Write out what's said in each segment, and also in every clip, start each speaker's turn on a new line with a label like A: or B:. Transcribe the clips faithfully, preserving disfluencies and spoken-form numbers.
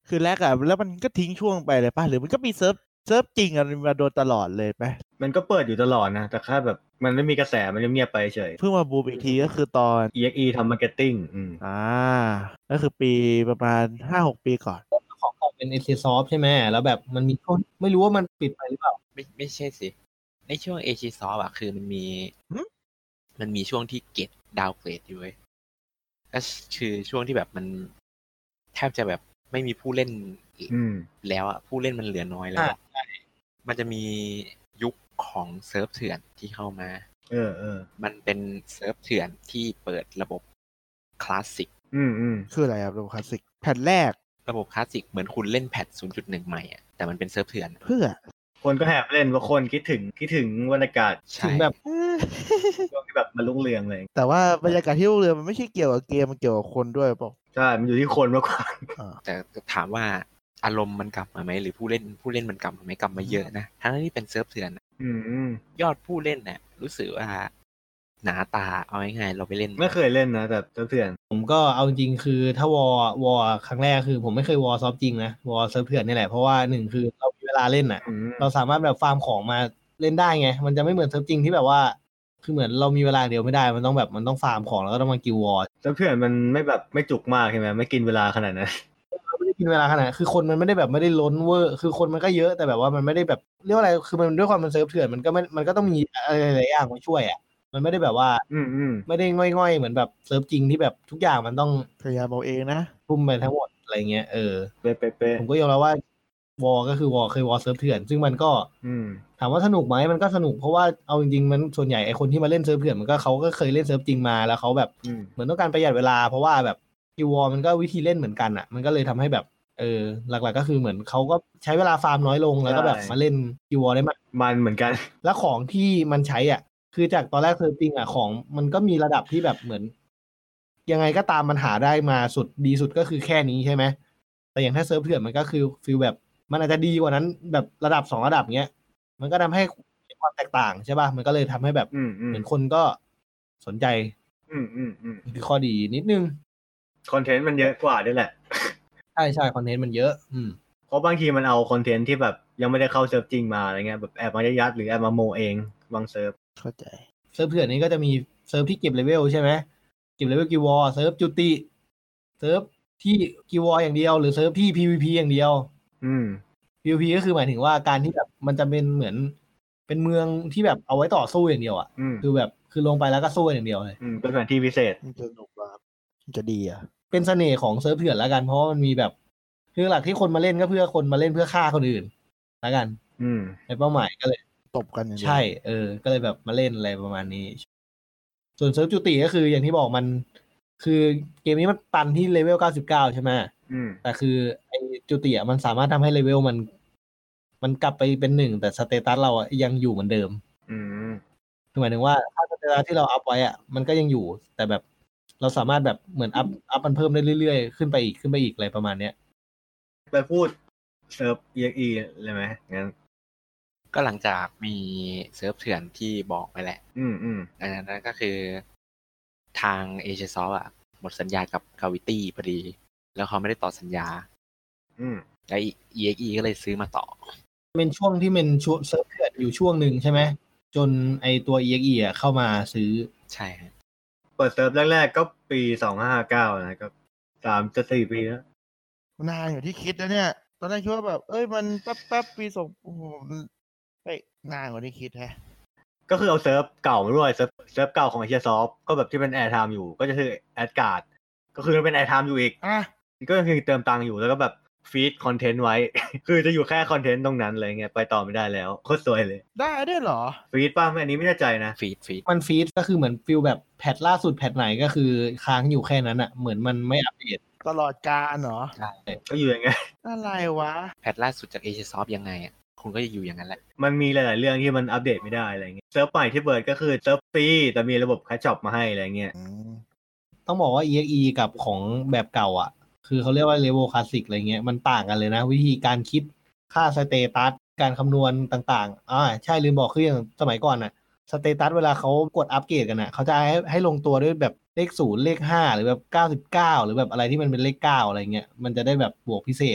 A: คือแรกอะแล้วมันก็ทิ้งช่วงไปเลยป่ะหรือมันก็มีเซิร์ฟเซิร์ฟจริงอะมาโดนตลอดเลยป่ะ
B: มันก็เปิดอยู่ตลอดนะแต่แค่แบบมันไม่มีกระแสมันเงียบไปเฉย
A: เพิ่งมาบูมอีกทีก็คือตอน
B: อี เอ็กซ์ อี ทำมาร์เก็ตติ้งอืม
A: อ่าก็คือปีประมาณห้าหกปีก่อน
C: ของของเป็น เอ ซี Soft ใช่ไหมแล้วแบบมันมีช่วงไม่รู้ว่ามันปิดไปหรือเปล่า
D: ไม่ไม่ใช่สิในช่วง เอ ซี Soft อ่ะคือมันมีมันมีช่วงที่เกตดาวเกรดอยู่เว้ยก็คือช่วงที่แบบมันแทบจะแบบไม่มีผู้เล่นแล้วอ่ะผู้เล่นมันเหลือน้อยแล้วมันจะมียุคของเซิร์ฟเถื่อนที่เข้ามา
B: เออเออ
D: มันเป็นเซิร์ฟเถื่อนที่เปิดระบบคลาสสิก
B: อืมอืม
A: คืออะไรครับระบบคลาสสิกแผ่นแรก
D: ระบบคลาสสิกเหมือนคุณเล่นแพท ศูนย์จุดหนึ่ง ใหม่อ่ะแต่มันเป็นเซิร์ฟเถื่อน
A: เพื่อ
B: คนก็แหบเล่นเพราะคนคิดถึงคิดถึงบรรยากาศ
C: ถึงแบบ
B: ช่วงที่แบบมันรุ่งเรืองเลย
A: แต่ว่าบรรยากาศที่รุ่งเรืองมันไม่ใช่เกี่ยวกับเกมมันเกี่ยวกับคนด้วยป่ะ
B: ใช่มันอยู่ที่คนมากกว่า
D: แต่ถามว่าอารมณ์มันกลับมาไหมหรือผู้เล่นผู้เล่นมันกลับมาไหมกลับมาเยอะนะทั้งที่เป็นเซิร์ฟเถื่อนยอดผู้เล่นเนี่ยรู้สึกว่าหนาตาเอาง่ายๆเราไปเล่น
B: ไม่เคยเล่นนะแต่เซิร์ฟเถื่อน
C: ผมก็เอาจริงคือถ้าวอวอครั้งแรกคือผมไม่เคยวอซอฟจริงนะวอเซิร์ฟเถื่อนนี่แหละเพราะว่าหนึ่งคือเรามีเวลาเล่นอ่ะเราสามารถแบบฟาร์มของมาเล่นได้ไงมันจะไม่เหมือนเซิร์ฟจริงที่แบบว่าคือเหมือนเรามีเวลาเดียวไม่ได้มันต้องแบบมันต้องฟาร์มของแล้วก็ต้องมากิลวอร์
B: เซิร์ฟเถื่อนมันไม่แบบไม่จุกมากใช่ไหมไม่กินเวลาขนาดนั้น
C: ไม่ได้กินเวลาขนาดคือคนมันไม่ได้แบบไม่ได้ล้นเวอร์คือคนมันก็เยอะแต่แบบว่ามันไม่ได้แบบเรียกว่าอะไรคือมันด้วยความมันเซิร์ฟเถื่อนมันก็ไม่มันก็ต้องมีอะไรหลายอย่างมาช่วยอ่ะมันไม่ได้แบบว่า
B: อืมอืม
C: ไม่ได้ง่อยๆเหมือนแบบเซิร์ฟจริงที่แบบทุกอย่างมันต้อง
A: พยายามเอาเองนะ
C: ทุ่มไปทั้งหมดอะไรเงี้ยเออ
B: เป๊ะเป๊ะเป๊ะ
C: ผมก็ยอมรับว่าวอก็คือวอเคยวอเซิร์ฟเถื่อนซึ่งมันก็ถามว่าสนุกไหมมันก็สนุกเพราะว่าเอาจริงๆมันส่วนใหญ่ไอคนที่มาเล่นเซิร์ฟเถื่อนมันก็เขาก็เคยเล่นเซิร์ฟจริงมาแล้วเขาแบบเหมือนต้องการประหยัดเวลาเพราะว่าแบบคิววอมันก็วิธีเล่นเหมือนกันอ่ะมันก็เลยทำให้แบบเออหลักๆก็คือเหมือนเขาก็ใช้เวลาฟาร์มน้อยลงแล้วก็แบบมาเล่นคิววอได้มัน
B: มันเหมือนกัน
C: แล้วของที่มันใช้อ่ะคือจากตอนแรกเซิร์ฟจริงอ่ะของมันก็มีระดับที่แบบเหมือนยังไงก็ตามมันหาได้มาสุดดีสุดก็คือแค่นี้ใช่ไหมแต่อย่างถ้าเซิร์ฟเถื่อนมันก็คือฟีลแบบมันอาจจะดีกว่านั้นแบบระดับสองระดับเงี้ยมันก็ทำให้ความแตกต่างใช่ป่ะมันก็เลยทำให้แบบเหมือนคนก็สนใจ
B: อืมอืมอืม
C: คือข้อดีนิดนึง
B: คอนเทนต์มันเยอะกว่าด้วยแหละ
C: ใช่ใช่คอนเทนต์มันเยอะอืม
B: เพราะบางทีมันเอาคอนเทนต์ที่แบบยังไม่ได้เข้าเซิร์ฟจริงมาอะไรเงี้ยแบบแอบมายัดหรือแอบมาโมเองบางเซิร์ฟ
A: เข้าใจ
C: เซิร์ฟเถื่อนนี้ก็จะมีเซิร์ฟที่เก็บเลเวลใช่ไหมเก็บเลเวลกิวอร์เซิร์ฟจุติเซิร์ฟที่กิวอร์อย่างเดียวหรือเซิร์ฟที่ พี วี พี อย่างเดียว
B: อืม
C: พี วี พี ก็คือหมายถึงว่าการที่แบบมันจะเป็นเหมือนเป็นเมืองที่แบบเอาไว้ต่อสู้อย่างเดียวอ่ะคือแบบคือลงไปแล้วก็สู้อย่างเดียวเลย
B: อืมเป็นแผนที่พิเศษ
A: มันจะสนุกว่าจะดีอ่ะ
C: เป็นเสน่ห์ของเซิร์ฟเถื่อนแล้วกันเพราะมันมีแบบคือหลักที่คนมาเล่นก็เพื่อคนมาเล่นเพื่อฆ่าคนอื่นแล้วกัน
B: อืม
C: ในเป้าหมายก็เลย
A: ตบกันอย่างเดียว
C: ใช่เออก็เลยแบบมาเล่นอะไรประมาณนี้ส่วนเซิร์ฟจุติก็คืออย่างที่บอกมันคือเกมนี้มันตันที่เลเวลเก้าสิบเก้าใช่ไหม
B: อืม
C: แต่คือไอ้จุติอ่ะมันสามารถทำให้เลเวลมันมันกลับไปเป็นหนึ่งแต่สเตตัสเราอ่ะยังอยู่เหมือนเดิม
B: อืม
C: คือหมายถึงว่าถ้าสเตตัสที่เราอัพไว้อ่ะมันก็ยังอยู่แต่แบบเราสามารถแบบเหมือนอัพอัพมันเพิ่มได้เรื่อยๆขึ้นไปอีกขึ้นไปอีกอะไรประมาณเนี้ย
B: ไปพูดเซิร์ฟ อี เอ็กซ์ อี เลยไหมงั้น
D: ก็หลังจากมีเซิร์ฟเถื่อนที่บอกไปแหละ
B: อืมอืม
D: อันนั้นก็คือทาง เอ ซี Soft อ่ะหมดสัญญากับ Gravity พอดีแล้วเขาไม่ได้ต่อสัญญา
B: อืม
D: แล้ว อี เอ็กซ์ อี ก็เลยซื้อมาต่อ
C: เป็นช่วงที่เป็นช่วงเซิร์ฟเถื่อนอยู่ช่วงหนึ่งใช่ไหมจนไอตัว อี เอ็กซ์ อี อ่ะเข้ามาซื้อ
D: ใช่ครับ
B: เปิดเซิร์ฟแรกๆก็ปีสองพันห้าร้อยห้าสิบเก้านะก็สามจะสี่ปีแล้ว
A: นานอยู่ที่คิดนะเนี่ยตอนแรกคิดว่าแบบเอ้ยมันแป๊บๆปีสองโอ้โหเฮ้ยนานกว่าที่คิดแฮะ
B: ก็คือเอาเซิร์ฟเก่ามาด้วยเซิร์ฟเซิร์ฟเก่าของ เอ ซี ซอฟต์ ก็แบบที่เป็นแอร์ไทม์อยู่ก็จะคือแอดการ์ดก็คือมันเป็นแอร์ไทม์อยู่อีก
A: อ่ะ
B: ก็คือเติมตังค์อยู่แล้วก็แบบฟีดคอนเทนต์ไว้ คือจะอยู่แค่คอนเทนต์ตรงนั้นอะไรเงี้ยไปต่อไม่ได้แล้วโคตรสวยเลย
A: ได้ด้วยเหรอ
B: ฟีดป่ะอันนี้ไม่แน่ใจนะ
D: ฟีดฟีด
C: มันฟีดก็คือเหมือนฟิลแบบแพทล่าสุดแพทไหนก็คือค้างอยู่แค่นั้นอ่ะเหมือนมันไม่อัปเดต
A: ตลอดกาลเหรอ
D: ใช่
B: ก็อยู่อย่างไง
A: อะไรวะ
D: แพทล่าสุดจาก เอ ซี Soft ยังไงอ่ะคุณก็จะอยู่อย่างนั้นแหละ
B: มันมีหลายๆเรื่องที่มันอัปเดตไม่ได้อะไรเงี้ยเซิร์ฟใหม่ที่เปิดก็คือเซิร์ฟฟรีแต่มีระบบแคชช็อปมาให้อะไรเงี้ย
C: ต้องบอกว่า อี เอ็กซ์ อี กับของแบบเก่าอ่ะคือเขาเรียกว่าเลเวลคลาสสิกอะไรเงี้ยมันต่างกันเลยนะวิธีการคิดค่าสเตตัสการคำนวณต่างๆอ่าใช่ลืมบอกคืออย่างสมัยก่อนน่ะสเตตัสเวลาเขากดอัปเกรดกันน่ะเขาจะให้ให้ลงตัวด้วยแบบเลขศูนย์เลขห้าหรือแบบเก้าสิบเก้าหรือแบบอะไรที่มันเป็นเลขเก้าอะไรเงี้ยมันจะได้แบบบวกพิเศษ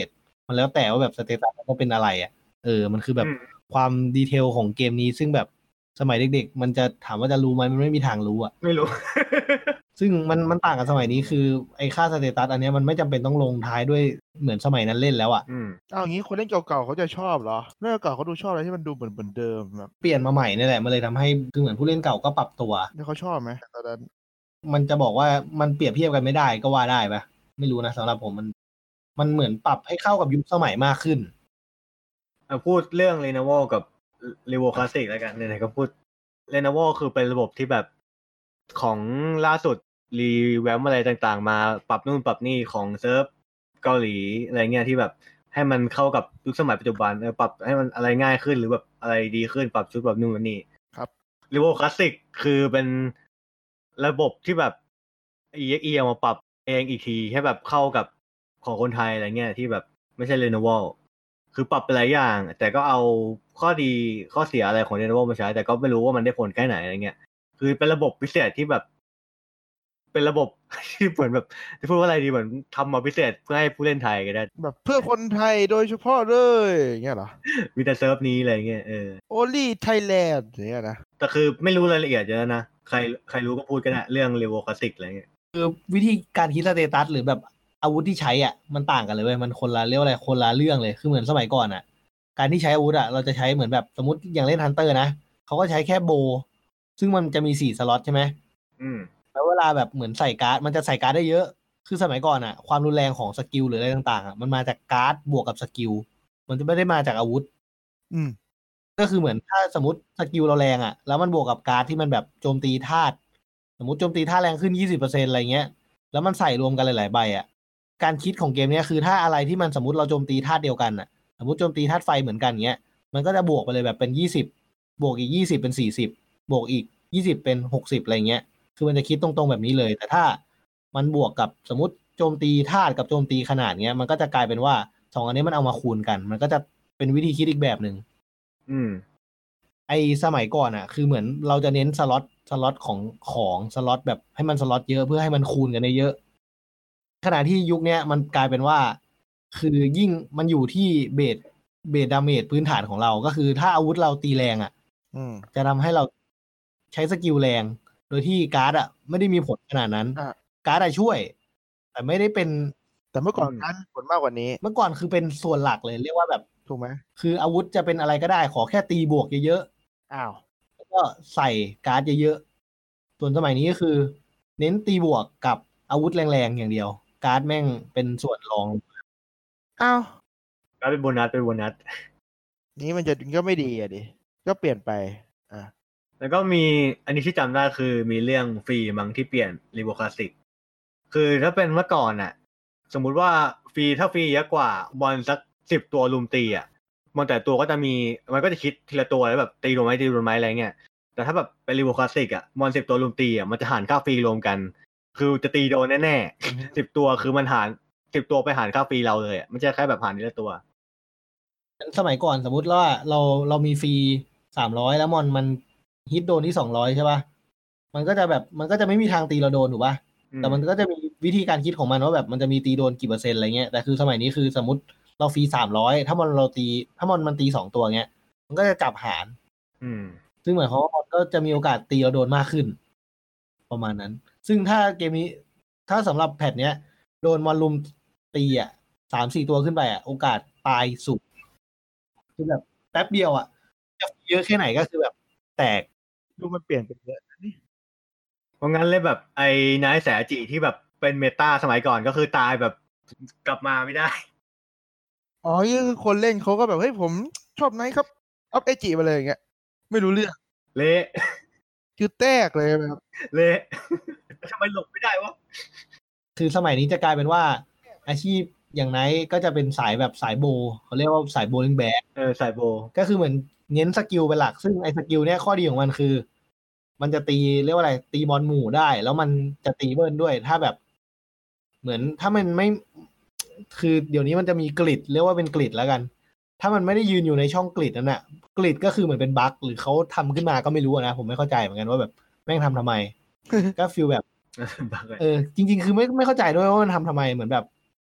C: มันแล้วแต่ว่าแบบสเตตัสมันเป็นอะไรอ่ะเออมันคือแบบความดีเทลของเกมนี้ซึ่งแบบสมัยเด็กๆมันจะถามว่าจะรู้ไหมมันไม่มีทางรู้อ่ะ
B: ไม่รู้
C: ซึ่งมันมันต่างกับสมัยนี้คือไอ้ค่าสเตตัสอันนี้มันไม่จำเป็นต้องลงท้ายด้วยเหมือนสมัยนั้นเล่นแล้วอ่ะ
B: อืม
A: เอาอย่างนี้คนเล่นเก่าๆเขาจะชอบเหรอเล่นเก่าเขาดูชอบอะไรที่มันดูเหมือนเหมือนเดิมแบบ
C: เปลี่ยนมาใหม่นี่แหละมันเลยทำให้คือเหมือนผู้เล่นเก่าก็ปรับตัว
A: แล้วเขาชอบไหมตอนนั้น
C: มันจะบอกว่ามันเปรียบเทียบกันไม่ได้ก็ว่าได้ปะไม่รู้นะสำหรับผมมันมันเหมือนปรับให้เข้ากับยุคสมัยมากขึ้น
B: เอาพูดเรื่อง Lenovo กับ Revo Classic แล้วกันไหนๆก็พูด Lenovo คือเป็นระบบที่แบบของล่าสุดรีแวมอะไรต่างๆมาปรับนู่นปรับนี่ของเซิร์ฟเกาหลีอะไรเงี้ยที่แบบให้มันเข้ากับยุคสมัยปัจจุบันเออปรับให้มันอะไรง่ายขึ้นหรือแบบอะไรดีขึ้นปรับชุดแบบนู่นนี่
A: ครับ
B: Revo Classic คือเป็นระบบที่แบบ อี เอ็กซ์ อี เอามาปรับเองอีกทีให้แบบเข้ากับของคนไทยอะไรเงี้ยที่แบบไม่ใช่ Lenovo คือปรับไปหลายอย่างแต่ก็เอาข้อดีข้อเสียอะไรของ Lenovo มาใช้แต่ก็ไม่รู้ว่ามันได้ผลแค่ไหนอะไรเงี้ยคือเป็นระบบพิเศษที่แบบเป็นระบบที่เหมือนแบบจะพูดว่าอะไรดีเหมือนทำมาพิเศษเพื่อให้ผู้เล่นไทยก็ได้
A: แบบเพื่อคนไทยโดยเฉพาะเลยอย่างเงี้ยเหรอ
B: มีแต่เซิร์ฟนี้อะไรเงี้ยเออ
A: Only Thailand อย่างเงี้ยนะ
B: แต่คือไม่รู้รายละเอียดเยอะนะใครใครรู้ก็พูดกันนะเรื่อง Revo Classic อะไรเงี้ย
C: คือวิธีการคิดสเตตัสหรือแบบอาวุธที่ใช้อ่ะมันต่างกันเลยเว้ยมันคนละเรียกว่าอะไรคนละเรื่องเลยคือเหมือนสมัยก่อนอ่ะการที่ใช้อาวุธอ่ะเราจะใช้เหมือนแบบสมมติอย่างเล่นฮันเตอร์นะเขาก็ใช้แค่โบซึ่งมันจะมีสี่สล็อตใช่ไหม
B: อืม
C: แล้วเวลาแบบเหมือนใส่การ์ดมันจะใส่การ์ดได้เยอะคือสมัยก่อนอ่ะความรุนแรงของสกิลหรืออะไรต่างๆอ่ะมันมาจากการ์ดบวกกับสกิลมันจะไม่ได้มาจากอาวุธ
A: อืม
C: ก็คือเหมือนถ้าสมมติสกิลเราแรงอ่ะแล้วมันบวกกับการ์ดที่มันแบบโจมตีธาตุสมมติโจมตีธาตุแรงขึ้น ยี่สิบเปอร์เซ็นต์ อะไรเงี้ยแล้วมันใส่รวมกันหลายๆใบอ่ะการคิดของเกมนี้คือถ้าอะไรที่มันสมมติเราโจมตีธาตุเดียวกันอ่ะสมมติโจมตีธาตุไฟเหมือนกันเงี้ยมันก็จะบวกไปเลยแบบเป็นยี่สิบบวกอีกยี่สิบเป็นสี่สิบบวกอีกยี่สิบเป็นหกสิบอะไรเงี้ยคือมันจะคิดตรงๆแบบนี้เลยแต่ถ้ามันบวกกับสมมติโจมตีธาตุกับโจมตีขนาดเงี้ยมันก็จะกลายเป็นว่าสองอันนี้มันเอามาคูณกันมันก็จะเป็นวิธีคิดอีกแบบนึง
B: อืม
C: ไอสมัยก่อนอ่ะคือเหมือนเราจะเน้นสล็อตสล็อตของของสล็อตแบบให้มันสล็อตเยอะเพื่อให้มันคูณกันได้เยอะขณะที่ยุคนี้มันกลายเป็นว่าคือยิ่งมันอยู่ที่เบสเบสดาเมจพื้นฐานของเราก็คือถ้าอาวุธเราตีแรงอ่ะจะทำให้เราใช้สกิลแรงโดยที่การ์ดอ่ะไม่ได้มีผลขนาดนั้นการ์ดอ่ะช่วยแต่ไม่ได้เป็น
A: แต่เมื่อก่อนการ์ดผลมากกว่านี้
C: เมื่อก่อนคือเป็นส่วนหลักเลยเรียกว่าแบบ
A: ถูกไหม
C: คืออาวุธจะเป็นอะไรก็ได้ขอแค่ตีบวกเยอะ
A: ๆอ้าว
C: แล้วก็ใส่การ์ดเยอะๆส่วนสมัยนี้ก็คือเน้นตีบวกกับอาวุธแรงๆอย่างเดียวการ์ดแม่งเป็นส่วนรอง
A: อ้าว
B: การ์ดเป็นโบนัสเป็นโบนัส
A: นี้มันจะก็ไม่ดีอ่ะดิก็เปลี่ยนไปอ่ะ
B: แล้วก็มีอันนี้ที่จำได้คือมีเรื่องฟรีมั้งที่เปลี่ยน Revo Classic คือถ้าเป็นเมื่อก่อนน่ะสมมุติว่าฟรีถ้าฟรีเยอะกว่าบอลสักสิบตัวลุมตีอ่ะบอลแต่ตัวก็จะมีมันก็จะคิดทีละตัวแล้วแบบตีโดนไหมตีโดนไหมอะไรเงี้ยแต่ถ้าแบบเป็น Revo Classic อ่ะบอลสิบตัวลุมตีอ่ะมันจะหารค่าฟรีรวมกันคือจะตีโดนแน่ๆสิบตัวคือมันหารสิบตัวไปหารค่าฟรีเราเลยอ่ะไม่ใช่แค่แบบหารทีละตัว
C: สมัยก่อนสมมุติว่าเราเรามีฟรีสามร้อยแล้วมอนมันฮิตโดนที่สองร้อยใช่ป่ะมันก็จะแบบมันก็จะไม่มีทางตีเราโดนถูกป่ะแต่มันก็จะมีวิธีการคิดของมันว่าแบบมันจะมีตีโดนกี่เปอร์เซ็นต์อะไรเงี้ยแต่คือสมัยนี้คือสมมติเราฟรีสามร้อยถ้ามอนเราตีถ้ามอนมันตีสองตัวเงี้ยมันก็จะจับหาร
B: อืม
C: ซึ่งหมายความว่ามันก็จะมีโอกาสตีเราโดนมากขึ้นประมาณนั้นซึ่งถ้าเกมนี้ถ้าสำหรับแพทเนี้ยโดนมอนลุมตีอ่ะสามสี่ตัวขึ้นไปอ่ะโอกาสตายสูงคือแบบแป๊บเดียวอ่ะจะเยอะแค่ไหนก็คือแบบแตก
A: ดูมันเปลี่ยนไปเยอะนี่
B: เพราะงั้นเลยแบบไอ้นายแสจิที่แบบเป็นเมตาสมัยก่อนก็คือตายแบบกลับมาไม่ได้
A: อ๋อนี่คือคนเล่นเขาก็แบบเฮ้ยผมชอบไนท์ครับอัพเอจิมาเลยอย่างเงี้ยไม่รู้เรื่อง
B: เละ
A: คือแตกเลยครับ
B: เละทำไมหลบไม่ได้วะ
C: คือสมัยนี้จะกลายเป็นว่าอาชีพอย่างไนท์ก็จะเป็นสายแบบสายโบเขาเรียกว่าสายโบลิงแบ็ก
B: เออสายโบ
C: ก็คือเหมือนเน้นสกิลเป็นหลักซึ่งไอ้สกิลเนี้ยข้อดีของมันคือมันจะตีเรียกว่าอะไรตีบอลหมู่ได้แล้วมันจะตีเบิร์นด้วยถ้าแบบเหมือนถ้ามันไม่คือเดี๋ยวนี้มันจะมีกริดเรียกว่าเป็นกริดแล้วกันถ้ามันไม่ได้ยืนอยู่ในช่องกริดนั่นน่ะกริดก็คือเหมือนเป็นบั๊กหรือเขาทำขึ้นมาก็ไม่รู้นะผมไม่เข้าใจเหมือนกันว่าแบบแม่งทำทำไม ก็ฟีลแบบเออจริงๆคือไม่ไม่เข้าใจด้วยว่ามันทำทำไมเหมือนแบบ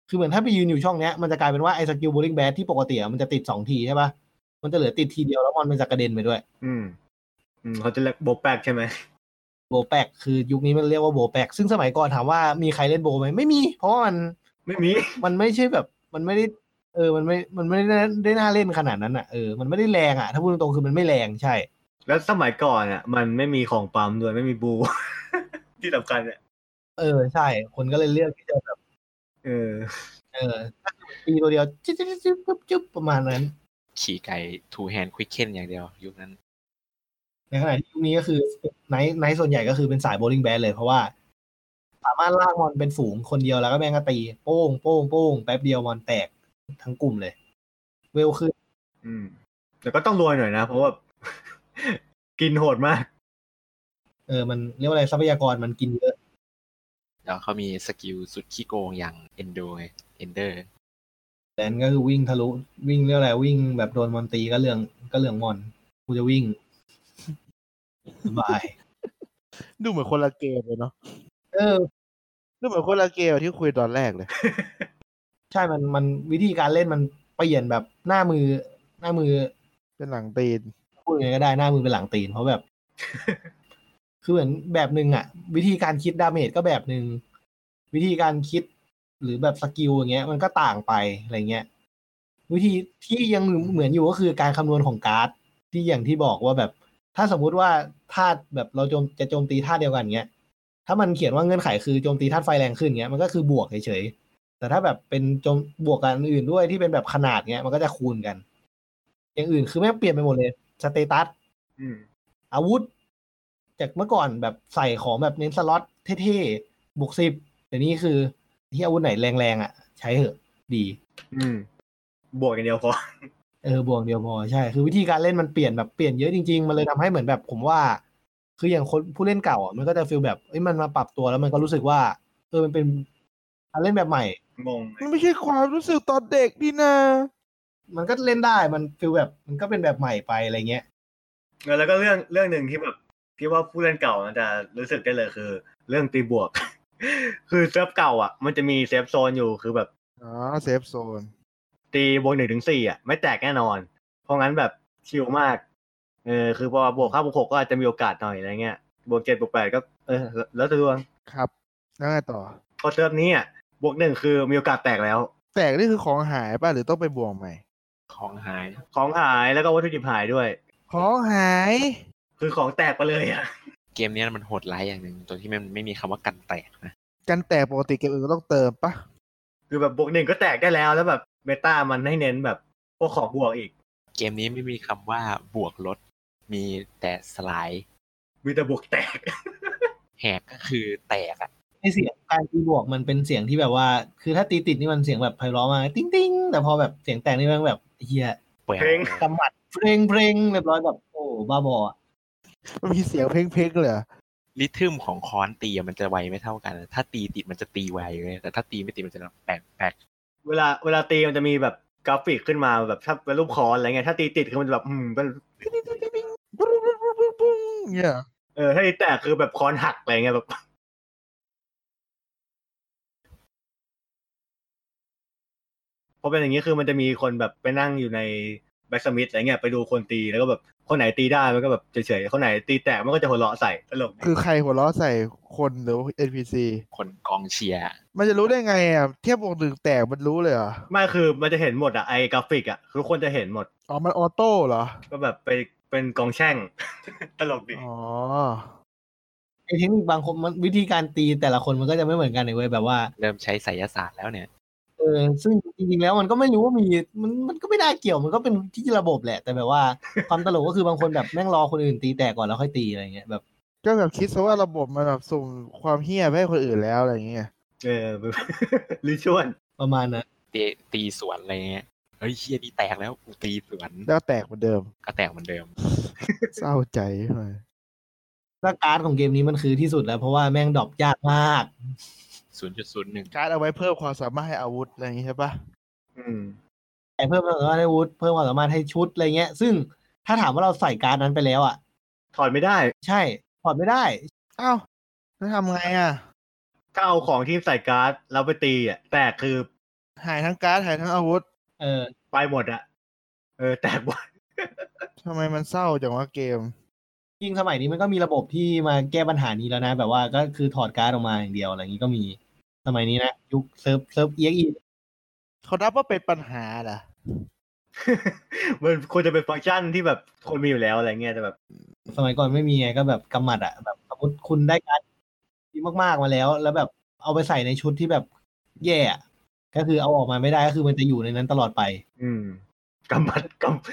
C: คือเหมือนถ้าไปยืนอยู่ช่องเนี้ยมันจะกลายเป็นว่าไอ้สกิลโบลิ่งแบทที่ปกติมันจะติดสองทีใช่ป่ะมันจะเหลือติดทีเดียวแล้วมอนมันจะกระเด็นไปด้วย
B: อืมอืมเขาจะเรียกโบแปกใช่ไหม
C: โบแปกคือยุคนี้มันเรียกว่าโบแปกซึ่งสมัยก่อนถามว่ามีใครเล่นโบไหมไม่มีเพราะว่ามัน
B: ไม่มี
C: มันไม่ใช่แบบมันไม่ได้เออมันไม่มันไม่ได้ได้น่าเล่นขนาดนั้นอ่ะเออมันไม่ได้แรงอ่ะถ้าพูดตรงๆคือมันไม่แรงใช่
B: แล้วสมัยก่อนอ่ะมันไม่มีของปั๊มด้วยไม่มีบู ที่สำคัญเนี่ย
C: เออใช่คนก็เลยเลือกที่จะแบบ
B: เออ
C: เออตีตัวเดียวจิ๊บจิ๊บจิ๊บปุ๊บจุ๊บประมาณนั้น
D: ขี่ไก่ทูแฮนด์ควิกเคนอย่างเดียวยุคนั้น
C: ในขณะที่ยุคนี้ก็คือไนท์ไนท์ส่วนใหญ่ก็คือเป็นสายโบลิ่งแบทเลยเพราะว่าสามารถลากมอนเป็นฝูงคนเดียวแล้วก็แม่งก็ตีโป้งโป้งโป้งแป๊บเดียวมอนแตกทั้งกลุ่มเลยเวลขึ้น
B: อืมแต่ก็ต้องรวยหน่อยนะเพราะว่า กินโหดมาก
C: เออมันเรียกว่าอะไรทรัพยากรมันกินเยอะ
D: แล้วเขามีสกิลสุดขี้โกงอย่างเอนโดไงเอนเดอร์
C: แลนก็คือวิ่งทะลุวิ่งเรียกอะไรวิ่งแบบโดนมอนตีก็เรื่องก็เรื่องมอนกูจะวิ่งสบาย
A: ดูเหมือนคนละเกมเลยเนาะ
C: เออ
A: ดูเหมือนคนละเกมที่คุยตอนแรกเลย
C: ใช่มันมันวิธีการเล่นมันเปลี่ยนแบบหน้ามือหน้ามือ
A: เป็นหลังตีน
C: พูดยังไงก็ได้หน้ามือเป็นหลังตีนเพราะแบบ คือเหมือนแบบนึงอ่ะวิธีการคิดดาเมจก็แบบนึงวิธีการคิดหรือแบบสกิลอย่างเงี้ยมันก็ต่างไปอะไรเงี้ยวิธีที่ยังเหมือนอยู่ก็คือการคำนวณของการ์ดที่อย่างที่บอกว่าแบบถ้าสมมุติว่าธาตุแบบเราโจมจะโจมตีธาตุเดียวกันเงี้ยถ้ามันเขียนว่าเงื่อนไขคือโจมตีธาตุไฟแรงขึ้นเงี้ยมันก็คือบวกเฉยๆแต่ถ้าแบบเป็นโจมบวกกันอื่นด้วยที่เป็นแบบขนาดเงี้ยมันก็จะคูณกันอย่างอื่นคือแม่งเปลี่ยนไปหมดเลยสเตตัสอาวุธจากเมื่อก่อนแบบใส่ของแบบเน้นสล็อตเท่ๆบวกสิบเดี๋ยวนี้คือที่อาวุธไหนแรงๆอ่ะใช้เถอะดี
B: อืมบวกกันเดียวพอ
C: เออบวกเดียวพอใช่คือวิธีการเล่นมันเปลี่ยนแบบเปลี่ยนเยอะจริงๆมันเลยทำให้เหมือนแบบผมว่าคืออย่างคนผู้เล่นเก่าอ่ะมันก็จะฟีลแบบเอ้ยมันมาปรับตัวแล้วมันก็รู้สึกว่าเออมันเป็นการเล่นแบบใหม่
B: งง
A: มันไม่ใช่ความรู้สึกตอนเด็กนี่นะ
C: มันก็เล่นได้มันฟีลแบบมันก็เป็นแบบใหม่ไปอะไรเงี้ย
B: แล้วก็เรื่องเรื่องนึงที่แบบที่ว่าผู้เล่นเก่ามันจะรู้สึกได้เลยคือเรื่องตีบวก คือเซิร์ฟเก่าอ่ะมันจะมีเซฟโซนอยู่คือแบบ
A: อ๋อเซฟโซน
B: ตีบวกหนึ่งถึงสี่อ่ะไม่แตกแน่นอนเพราะงั้นแบบชิลมากเออคือพอบวกห้าบวกหกก็อาจจะมีโอกาสหน่อยอะไรเงี้ยบวกเจ็ดบวกแปดก็เออแล้วแต่ดวง
A: ครับแล้วไงต่อ
B: พอเซิร์ฟนี้อ่ะบวกหนึ่งคือมีโอกาสแตกแล้ว
A: แตกนี่คือของหายป่ะหรือต้องไปบวกใหม่
D: ของหาย
B: ของหายแล้วก็วัตถุดิบหายด้วย
A: ของหาย
B: คือของแตกไปเลยอ่ะ
D: เกมนี้มันโหดร้ายอย่างหนึ่งตรงที่มันไม่มีคำว่ากันแตกนะ
A: กันแตกปกติเกมอื่นก็ต้องเติมปะ
B: คือแบบบวกหนึ่งก็แตกได้แล้วแล้วแบบเมตามันให้เน้นแบบพวกของบวกอีก
D: เกมนี้ไม่มีคำว่าบวกลดมีแต่สลาย
B: มีแต่บวกแตก
D: แหกก็คือแตกอ่ะ
C: ไอเสียงการตีบวกมันเป็นเสียงที่แบบว่าคือถ้าตีติดนี่มันเสียงแบบไพเราะมากติ้งติ้งแต่พอแบบเสียงแตกนี่มันแบบเฮีย
B: เพลง
C: กำหมัดเพลงเพลงเรียบร้อยแบบโอ้บ้าบอ
A: มันมีเสียงเพลงเพลงเลย
D: ริทึมของค้อนตีมันจะไวไม่เท่ากันถ้าตีติดมันจะตีไวเลยแต่ถ้าตีไม่ติดมันจะแปลกแปลก
B: เวลาเวลาตีมันจะมีแบบกราฟิกขึ้นมาแบบถ้าเป็นรูปคอนอะไรเงี้ยถ้าตีติดคือมันจะแบบอืมเป็น
A: เนี่ย
B: เออถ้าตีแตกคือแบบคอนหักอะไรเงี้ยแบบพอเป็นอย่างนี้คือมันจะมีคนแบบไปนั่งอยู่ในแบ็กสมิธอะไรเงี้ยไปดูคนตีแล้วก็แบบคนไหนตีได้มันก็แบบเฉยๆคนไหนตีแตกมันก็จะหัวเราะใส่ตลก
A: คือใครหัวเราะใส่คนหรือ เอ็น พี ซี
D: คนกองเชียร์
A: มันจะรู้ได้ไงอ่ะเทียบบวกหนึ่งแตกมันรู้เลยเหรอ
B: ไม่คือมันจะเห็นหมดอ่ะไอ้กราฟิกอ่ะทุกคนจะเห็นหมด
A: อ๋อมันออโต้เหรอ
B: ก็แบบไปเป็นกองแช่ง ตลกดี
A: อ๋อ
C: ไอเทคนิคบางคนมันวิธีการตีแต่ละคนมันก็จะไม่เหมือนกันเลยเว้ยแบบว่า
D: เริ่มใช้ไสยศาสตร์แล้วเนี่ย
C: เออซึ่งจริงๆแล้วมันก็ไม่รู้ว่ามีมันมันก็ไม่ได้เกี่ยวมันก็เป็นที่ระบบแหละแต่แบบว่าความตลกก็คือบางคนแบบแม่งรอคนอื่นตีแตกก่อนแล้วค่อยตีอะไรเงี้ยแบบ
A: ก็แบบคิดซะว่าระบบมันแบบส่งความเหี้ยไปให้คนอื่นแล้วอะไรเงี้ย
B: เออลิชวล
C: ประมาณนั้น
D: ตีตีสวนอะไรเงี้ยเฮ้ยเฮียนี่แตกแล้วตีสวน
A: แล้วแตกเหมือนเดิม
D: ก็แตกเหมือนเดิม
A: เศร้าใจเลย
C: ถ้าการ์ดของเกมนี้มันคือที่สุดแล้วเพราะว่าแม่งดรอปยากมาก
D: ศูนย์ จุด ศูนย์ หนึ่ง
A: การ์ดเอาไว้เพิ่มความสามารถให้อาวุธอะไรอย่างงี้ใช่ปะ
B: อืม
C: แต่เพิ่มความสามารถให้อาวุธเพิ่มความสามารถให้ชุดอะไรเงี้ยซึ่งถ้าถามว่าเราใส่การ์ดนั้นไปแล้วอ่ะ
B: ถอดไม่ได้
C: ใช่ถอดไม่ได้
A: อ้าวแล้วทำไงอ่ะ
B: ถ้าเอาของที่ใส่การ์ดแล้วไปตีอ่ะแตกคือ
A: หายทั้งการ์ดหายทั้งอาวุธ
C: เออ
B: ไปหมดอะเออแตกหมด
A: ทำไมมันเศร้าจังวะเกม
C: ยิ่งสมัยนี้มันก็มีระบบที่มาแก้ปัญหานี้แล้วนะ แบบว่าก็คือถอดการ์ดออกมาอย่างเดียวอะไรอย่างนี้ก็มีสมัยนี้นะยุคเซิร์ฟเซิร์ฟ อี เอ็กซ์ อี
A: เขานับว่าเป็นปัญหาเหรอ
B: มันควรจะเป็นฟังก์ชันที่แบบคนมีอยู่แล้วอะไรเงี้ยแต่แบบ
C: สมัยก่อนไม่มีไงก็แบบกำหมัดอ่ะแบบสมมติคุณได้การ์ดดีมากๆมาแล้ว แล้วแบบเอาไปใส่ในชุดที่แบบแย่อะก็คือเอาออกมาไม่ได้ก็คือมันจะอยู่ในนั้นตลอดไป
B: อืมกำมัดกำ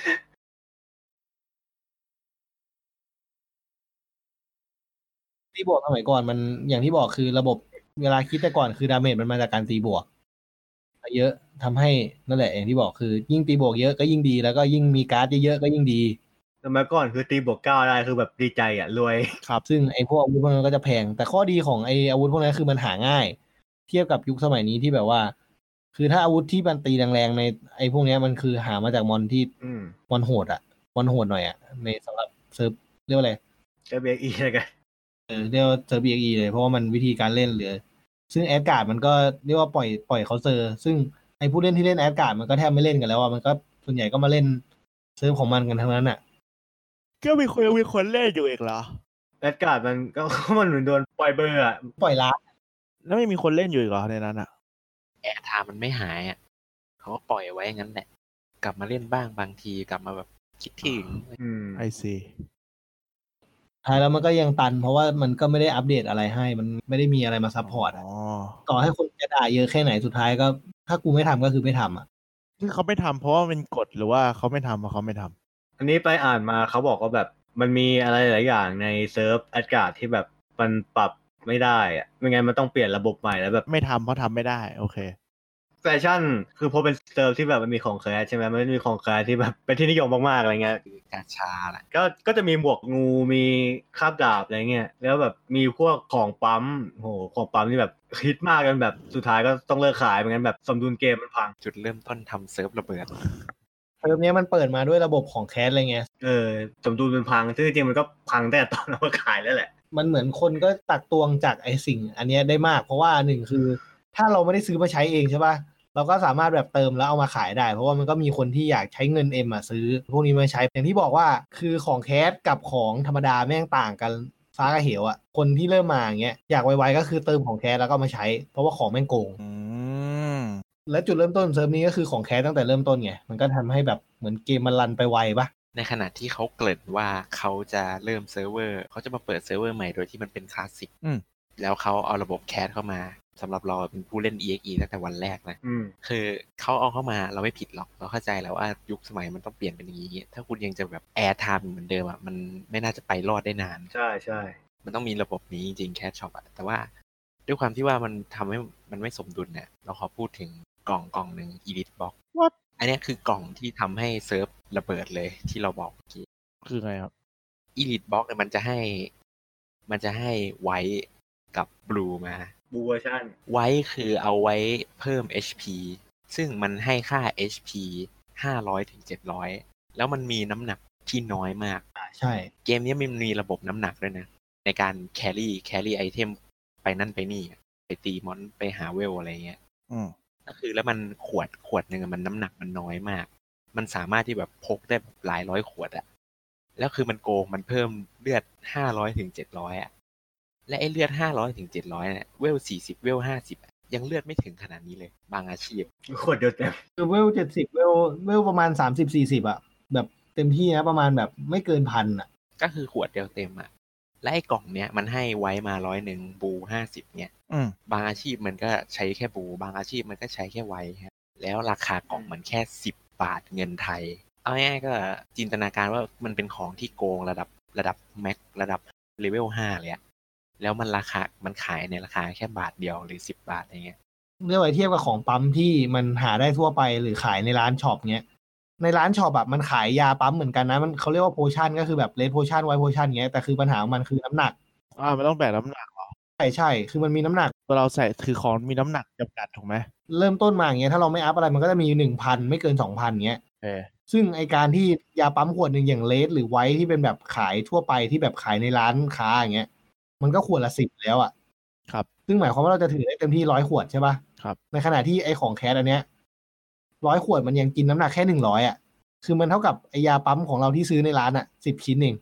C: ตีบวกสมัยก่อนมันอย่างที่บอกคือระบบเวลาคิดแต่ก่อนคือดาเมจมันมาจากการตีบวกเยอะทำให้นั่นแหละอย่างที่บอกคือยิ่งตีบวกเยอะก็ยิ่งดีแล้วก็ยิ่งมีการ์ดเยอะๆก็ยิ่งดี
B: สมัยก่อนคือตีบวกเก้าได้คือแบบดีใจอ่ะรวย
C: ครับซึ่งไอ้พวกอาวุธพวกนั้นก็จะแพงแต่ข้อดีของไอ้อาวุธพวกนั้นคือมันหาง่าย เทียบกับยุคสมัยนี้ที่แบบว่า คือถ้าอาวุธที่มันตีแรงๆในไอ้พวกนี้มันคือหามาจากมอนที่
B: อืม
C: มอนโหดอะมอนโหดหน่อยอะในสำหรับเซิร์ฟเรียกว่าอะไร
B: เอ บี เอ็กซ์ อี อะไรกัน
C: เออเรียกว่าเซิร์ฟ อี เอ็กซ์ อี เลยเพราะว่ามันวิธีการเล่นหรือซึ่งแอดการ์ดมันก็เรียกว่าปล่อยปล่อยเขาเซอร์ซึ่งไอ้ผู้เล่นที่เล่นแอดการ์ดมันก็แทบไม่เล่นกันแล้วอะมันก็ส่วนใหญ่ก็มาเล่นเซิร์ฟของมันกันทั้งนั้นอะ
A: ก็มีคนมีคนเล่นอยู่อีกเหรอ
B: แอดการ์ดมันก็ มันเหมือนโดนปล่อยเบอร์อ่ะ
C: ปล่อยล้า
A: แล้วไม่มีคนเล่นอยู่อีกเหรอในนั้นอ่ะ
D: แอร์ไทม์มันไม่หายอ่ะเขาก็ปล่อยไว้อย่างนั้นแหละกลับมาเล่นบ้างบางทีกลับมาแบบคิดถึง
B: อืม
A: ไอซี
C: ท้ายแล้วมันก็ยังตันเพราะว่ามันก็ไม่ได้อัปเดตอะไรให้มันไม่ได้มีอะไรมาซัพพอร์ต
A: อ๋อ
C: ต่อให้คนจะด่าเยอะแค่ไหนสุดท้ายก็ ถ้ากูไม่ทำก็คือไม่ทำอ่ะ
A: คือเขาไม่ทำเพราะว่าเป็นกฎหรือว่าเขาไม่ทำเพราะเขาไม่ทำ
B: อันนี้ไปอ่านมาเขาบอกว่าแบบมันมีอะไรหลายอย่างในเซิร์ฟแอดการ์ดที่แบบมันปรับไม่ได้อะไม่งั้นมันต้องเปลี่ยนระบบใหม่แล้วแบบ
A: ไม่ทำเพราะทำไม่ได้ โอเค
B: แฟชั่นคือพอเป็นเซิร์ฟที่แบบมันมีของแคสใช่ไหมมันมีของแคสที่แบบเป็นที่นิยมมากๆอะไรเงี้ย
D: คือกาชาแหละ
B: ก็ก็จะมีหมวกงูมีคาบดาบอะไรเงี้ยแล้วแบบมีพวกของปั๊มโหของปั๊มที่แบบฮิตมากกันแบบสุดท้ายก็ต้องเลิกขายเหมือนกันแบบสมดุลเกมมันพัง
D: จุดเริ่มต้นทำเซิร์ฟระเบิด
C: เซิร์ฟเนี้ยมันเปิดมาด้วยระบบของแคสอะไรเงี้ย
B: เออสมดุลมันพังซึ่งจริงๆมันก็พังตั้งแต่ตอนเอามาขายแล้วแหละ
C: มันเหมือนคนก็ตักตวงจากไอ้สิ่ง อันเนี้ยได้มากเพราะว่าหนึ่งคือ ถ้าเราไม่ได้ซื้อมาใช้เองใช่ป่ะเราก็สามารถแบบเติมแล้วเอามาขายได้ เพราะว่ามันก็มีคนที่อยากใช้เงินเอ็มอ่ะซื้อพวกนี้มาใช้อย่างที่บอกว่าคือของแคสกับของธรรมดาแม่งต่างกันฟ้ากับเหวอ่ะคนที่เริ่มมาอย่างเงี้ยอยากไวๆก็คือเติมของแคสแล้วก็มาใช้เพราะว่าของแม่งโกง
A: อืม
C: และจุดเริ่มต้นเซิร์ฟนี้ก็คือของแคสตั้งแต่เริ่มต้นไงมันก็ทำให้แบบเหมือนเกมมันรันไปไวปะ
D: ในขณะที่เขาเกริ่นว่าเขาจะเริ่มเซิร์ฟเวอร์เขาจะมาเปิดเซิร์ฟเวอร์ใหม่โดยที่มันเป็นคลาสสิก
A: อืม
D: แล้วเขาเอาระบบแคสเข้ามาสำหรับเราเป็นผู้เล่น อี เอ็กซ์ อี ตั้งแต่วันแรกนะ
B: อืม
D: คือเขาเอาเข้ามาเราไม่ผิดหรอกเราเข้าใจแล้วว่ายุคสมัยมันต้องเปลี่ยนเป็นอย่างนี้ ถ้าคุณยังจะแบบแอร์ไทม์เหมือนเดิมอ่ะมันไม่น่าจะไปรอดได้นาน
B: ใช่ใช่
D: มันต้องมีระบบนี้จริงๆแคสช็อปอะแต่ว่าด้วยความที่ว่ามันทำให้มันไม่สมดุลเนี่ยเราขอพูดถึงกล่องกล่องหนึ่ง Elite Box
A: What?
D: อันนี้คือกล่องที่ทำให้เซิร์ฟระเบิดเลยที่เราบอกเมื่อกี้
A: คือไงครับ
D: Elite Box เนี่ยมันจะให้มันจะให้ไวท์กับบลูมา
B: บูเวอร์ชัน
D: ไวท์คือเอาไว้เพิ่ม เอช พี ซึ่งมันให้ค่า เอช พี ห้าร้อยถึงเจ็ดร้อยแล้วมันมีน้ำหนักที่น้อยมาก
C: ใช่
D: เกมนี้มันมีระบบน้ำหนักด้วยนะ ในการแครี่แครี่ไอเทมไปนั่นไปนี่ไปตีมอนไปหาเวลอะไรเงี้ย
A: อืม
D: ก็คือแล้วมันขวดขวดหนึ่งมันน้ำหนักมันน้อยมาก มันสามารถที่แบบพกได้หลายร้อยขวดอะแล้วคือมันโกงมันเพิ่มเลือดห้าร้อยถึงเจ็ดร้อยอะและไอ้เลือดห้าร้อยถึงเจ็ดร้อยเนี่ยเวลสี่สิบเวลห้าสิบยังเลือดไม่ถึงขนาดนี้เลย บางอาชีพ
B: ขวดเดียวเต็ม
C: คือเวลเจ็ดสิบเวลเวลประมาณสามสิบสี่สิบอะแบบเต็มที่นะประมาณแบบไม่เกินพันอะ
D: ก็คือขวดเดียวเต็มอะและไอ้กล่องเนี้ยมันให้ไว้มาร้อยหนึ่งบูห้าสิบเนี่ย
A: อืม
D: บางอาชีพมันก็ใช้แค่บู บางอาชีพมันก็ใช้แค่ไวฮะแล้วราคากล่องมันแค่สิบบาทเงินไทย เอาง่ายๆก็จินตนาการว่ามันเป็นของที่โกงระดับระดับแม็กระดับเลเวลห้าเลยอะแล้วมันราคา มันขายในราคาแค่บาทเดียวหรือสิบบาทอะไรเงี้ย
C: เรียกว่าเทียบกับของปั๊มที่มันหาได้ทั่วไปหรือขายในร้านช็อปเงี้ยในร้านช็อปแบบมันขายยาปั๊มเหมือนกันนะมันเขาเรียกว่าโพชั่นก็คือแบบเลดโพชั่นไวโพชั่นเงี้ยแต่คือปัญหาของมันคือน้ำหนัก
A: อ่ามันต้องแบกน้ำหนักเหรอ
C: ใช่ใช่คือมันมีน้ำหนัก
A: ตัวเราใส่คือของมีน้ำหนักจำกัดถูกไหม
C: เริ่มต้นมาอย่างเงี้ยถ้าเราไม่อัพอะไรมันก็จะมีหนึ่งพันไม่เกินสองพันเงี้ย
A: เออ
C: ซึ่งไอการที่ยาปั๊มขวดหนึ่งอย่างเลดหรือไวท์ที่เป็นแบบขายทั่วไปที่แบบขายในร้านค้าอย่างเงี้ยมันก็ขวดละสิบแล้วอ่ะ
A: ครับ
C: ซึ่งหมายความว่าเราจะถือได้เต็มที่ร้อยขวดใช่ป่ะ
A: ครับ
C: ในขณะที่ไอของแคสอันเนี้ยร้อยขวดมันยังกินน้ำหนักแค่หนึ่งร้อยอ่ะคือมันเท่ากับไอยาปั๊มของเราที่ซื้อในร้านอ่ะสิบชิ้นเอง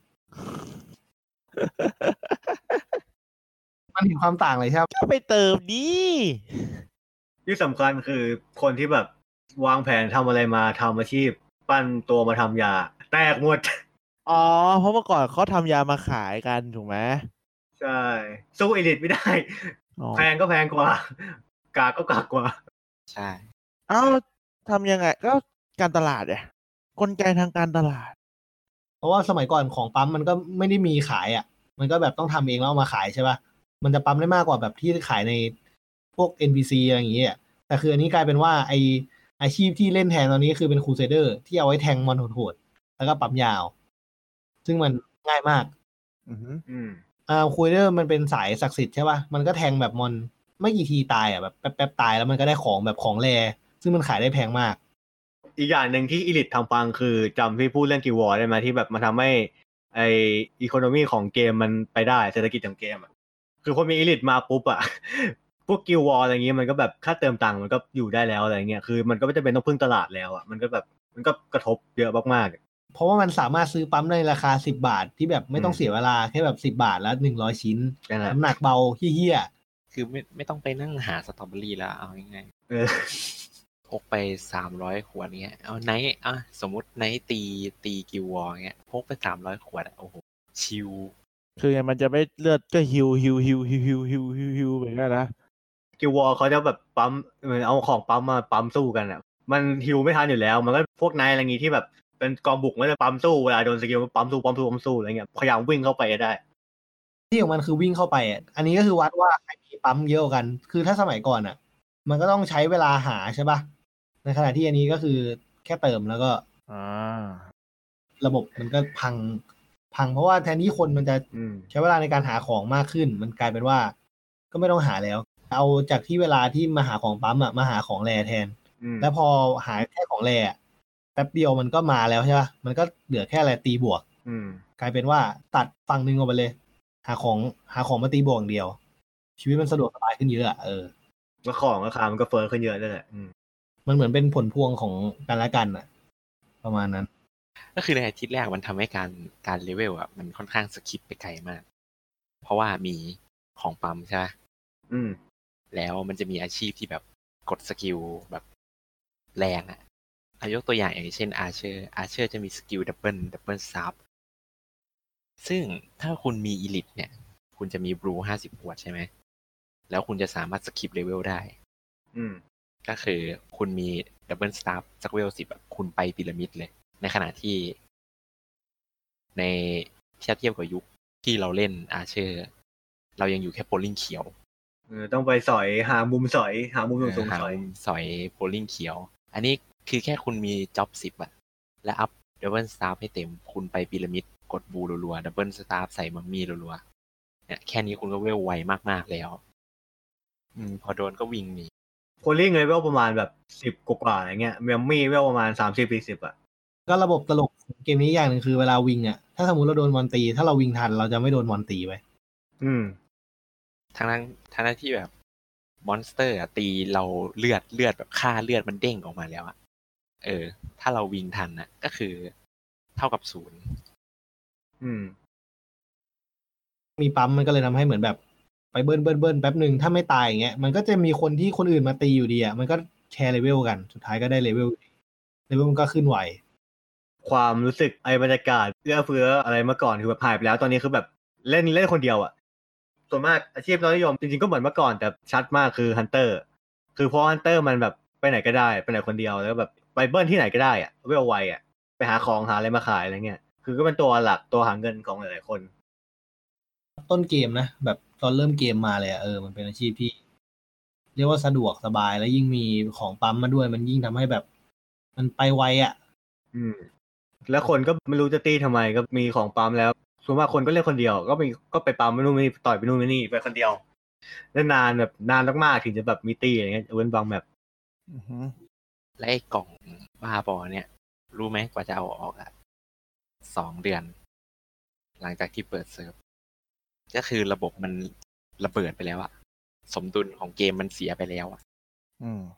C: มันเห็นความต่างเลยใช่ไหม
A: ก็ไปเติมดิ
B: ที่สำคัญคือคนที่แบบวางแผนทำอะไรมาทำอาชีพปั้นตัวมาทำยาแตกหมด
A: อ๋อเพราะเมื่อก่อนเขาทำยามาขายกันถูกไหม
B: ใช่สู้อีลิทไม่ได้
A: อ๋อ
B: แพงก็แพงกว่ากากก็กากกว่า
D: ใช่
A: เอ้าทำยังไงก็การตลาดเนี่ยกลไกทางการตลาด
C: เพราะว่าสมัยก่อนของปั๊มมันก็ไม่ได้มีขายอ่ะมันก็แบบต้องทำเองแล้วเอามาขายใช่ป่ะมันจะปั๊มได้มากกว่าแบบที่ขายในพวก เอ็น พี ซี อะไรอย่างเงี้ยแต่คืออันนี้กลายเป็นว่าไออาชีพที่เล่นแทนตอนนี้คือเป็นครูเซเดอร์ที่เอาไว้แทงมอนโหดๆแล้วก็ปั๊มยาว ซึ่งมันง่ายมาก
A: อือฮึ
B: อืม
C: อ่าครูเซเดอร์มันเป็นสายศักดิ์สิทธิ์ใช่ป่ะมันก็แทงแบบมอนไม่กี่ทีตายอ่ะแบบแป๊บๆตายแล้วมันก็ได้ของแบบของแรซึ่งมันขายได้แพงมาก
B: อีกอย่างหนึ่งที่อีลิททำฟังคือจำที่พูดเรื่องกิววอร์ได้ไหมที่แบบมันทำให้ไออีโคโนมีของเกมมันไปได้เศรษฐกิจของเกมอ่ะคือคนมีอีลิทมาปุ๊บอ่ะ พวกกิววอร์อะไรเงี้ยมันก็แบบค่าเติมตังค์มันก็อยู่ได้แล้วอะไรเงี้ยคือมันก็ไม่จำเป็นต้องพึ่งตลาดแล้วอ่ะมันก็แบบมันก็กระทบเยอะมากๆ
C: เพราะว่ามันสามารถซื้อปั๊มในราคาสิบบาทที่แบบไม่ต้องเสียเวลาแค่แบบสิบบาทแล้วหนึ่งร้อยชิ้น น้ำหนักเบาเฮี้ย
D: คือไม่ไม่ต้องไปนั่งหาสตรอเบอรี่แล้วเอาง่าย
B: เออ
D: ๆพกไปสามร้อยขวดเงี้ยเอาไนท์อ่ะสมมติไนท์ตีตีกิววอร์เงี้ยพกไปสามร้อยขวดอ่ะโอ้โหชิล
A: คือไงมันจะไม่เลือดก็ฮิวฮิวฮิวฮิวฮิวฮิวฮิวฮิวแบบนั้นนะ
B: กิววอร์เขาจะแบบปั๊มเหมือนเอาของปั๊มมาปั๊มสู้กันอ่ะมันฮิวไม่ทันอยู่แล้วมันก็พวกนายอะไรงี้ที่แบบเป็นกองบุกมันจะปั๊มสู้เวลาโดนสกิลปั๊มสู้ปั๊มสู้ปั๊มสู้อะไรเงี้ยพยายามวิ่งเข้าไปได้
C: ๆที่ของมันคือวิ่งเข้าไปอ่ะอันนี้ก็คือวัดว่าใครมีปั๊มเยอะกว่ากัน คือถ้าสมัยก่อนอ่ะ มันก็ต้องใช้เวลาหาใช่ป่ะในขณะที่อันนี้ก็คือแค่เติมแล้วก็
A: อ่า
C: ระบบมันก็พังพังเพราะว่าแทนที่คนมันจะ
B: อืม
C: ใช้เวลาในการหาของมากขึ้น มันกลายเป็นว่า ก็ไม่ต้องหาแล้ว เอาจากที่เวลาที่มาหาของปั๊มอ่ะมาหาของแรแทน
B: อืม
C: แล้วพอหาแค่ของแรอะแป๊บเดียวมันก็มาแล้วใช่ป่ะมันก็เหลือแค่อะไรตีบวก
B: อืม
C: กลายเป็นว่าตัดฝั่งหนึ่งออกไปเลย หาของหาของมาตีบวกอย่างเดียว ชีวิตมันสะดวกสบายขึ้นเยอะอะเออ
B: แล้วของราคามันก็เฟ้อขึ้นเยอะด้วยแหละอืม
C: มันเหมือนเป็นผลพวงของกันและกันอะประมาณนั้น
D: ก็คือในอาทิตย์แรกมันทำให้การการเลเวลอ่ะมันค่อนข้างสคิปไปไกลมาก เพราะว่ามีของปั๊มใช่ไหม
B: อืม
D: แล้วมันจะมีอาชีพที่แบบกดสกิลแบบแรงอ่ะอายกตัวอย่างอย่างเช่นอาร์เชอร์อาร์เชอร์จะมีสกิลดับเบิลดับเบิลซับซึ่งถ้าคุณมีอีลิทเนี่ย คุณจะมีบลูห้าสิบขวดใช่ไหม แล้วคุณจะสามารถสคิปเลเวลได้
B: อืม
D: ก็คือคุณมีดับเบิลสตาร์สักเวลสิบแบบคุณไปพีระมิดเลย ในขณะที่ ในเทียบเทียบกับยุคที่เราเล่นอาเชอร์ เรายังอยู่แค่โพลิงเขียว
B: เออต้องไปสอยหามุมสอย หามุมสูง
D: หา
B: ๆสอย
D: มุมสอยโพลิงเขียว อันนี้คือแค่คุณมีจ็อบสิบอะและอัพดับเบิลสตาร์ให้เต็ม คุณไปพีระมิดกดบูรัวๆดับเบิลสตาร์ใส่มัมมี่รัวๆเนี่ยแค่นี้คุณก็เวลไวมากๆแล้ว อืมพอโดนก็วิ่งหนี
B: โคลิ่งเลเวลประมาณแบบสิบกว่าๆอย่างเงี้ยแมมมี่เลเวลประมาณสามสิบสี่สิบอ่ะ
C: ก็ระบบตลกของเกมนี้อย่างหนึ่งคือเวลาวิ่งอ่ะถ้าสมมติเราโดนมอนตี ถ้าเราวิ่งทันเราจะไม่โดนมอนตีไป
B: อืม
D: ทั้งนั้นทั้งนั้นที่แบบมอนสเตอร์อะตีเราเลือดเลือดแบบค่าเลือดมันเด้งออกมาแล้วอะเออ ถ้าเราวิ่งทันนะก็คือเท่ากับศูนย์
B: อืม
C: มีปั๊มมันก็เลยทำให้เหมือนแบบไปเบิ้ลเบิ้ลเบิ้ลแป๊บหนึ่งถ้าไม่ตายอย่างเงี้ยมันก็จะมีคนที่คนอื่นมาตีอยู่ดีอ่ะมันก็แชร์เลเวลกันสุดท้ายก็ได้เลเวลเลเวลมันก็ขึ้นไหว
B: ความรู้สึกไอ้บรรยากาศเอื้อเฟื้ออะไรเมื่อก่อนคือแบบหายไปแล้วตอนนี้คือแบบเล่นเล่นคนเดียวอ่ะส่วนมากอาชีพยอดนิยมจริงๆก็เหมือนเมื่อก่อนแต่ชัดมากคือฮันเตอร์คือเพราะฮันเตอร์มันแบบไปไหนก็ได้ไปไหนคนเดียวแล้วแบบไปเบิ้ลที่ไหนก็ได้อ่ะเวลไวอ่ะไปหาของหาอะไรมาขายอะไรเงี้ยคือก็เป็นตัวหลักตัวหาเงินของหลายๆคน
C: ต้นเกมนะแบบตอนเริ่มเกมมาเลยอะเออมันเป็นอาชีพที่ เรียกว่าสะดวกสบายแล้วยิ่งมีของปั๊มมาด้วยมันยิ่งทำให้แบบ มันไปไวอ่ะ
B: อืม แล้วคนก็ไม่รู้จะตีทำไมก็มีของปั๊มแล้วส่วนมากคนก็เล่นคนเดียวก็มีก็ไปปั๊มไม่นู่นไม่นี่ต่อยไปนู่นไม่นี่ไปคนเดียวเล่นนานแบบนานมากๆถึงจะแบบมีตีอะไรเงี้ยเว้นบางแบบ
A: อือฮึ
D: และไอ้กล่องบ้าบอเนี่ย รู้ไหมกว่าจะเอาออกอะสองเดือน หลังจากที่เปิดเซิร์ฟก็คือระบบมันระเบิดไปแล้วอะสมดุลของเกมมันเสียไปแล้วอะ
A: อืม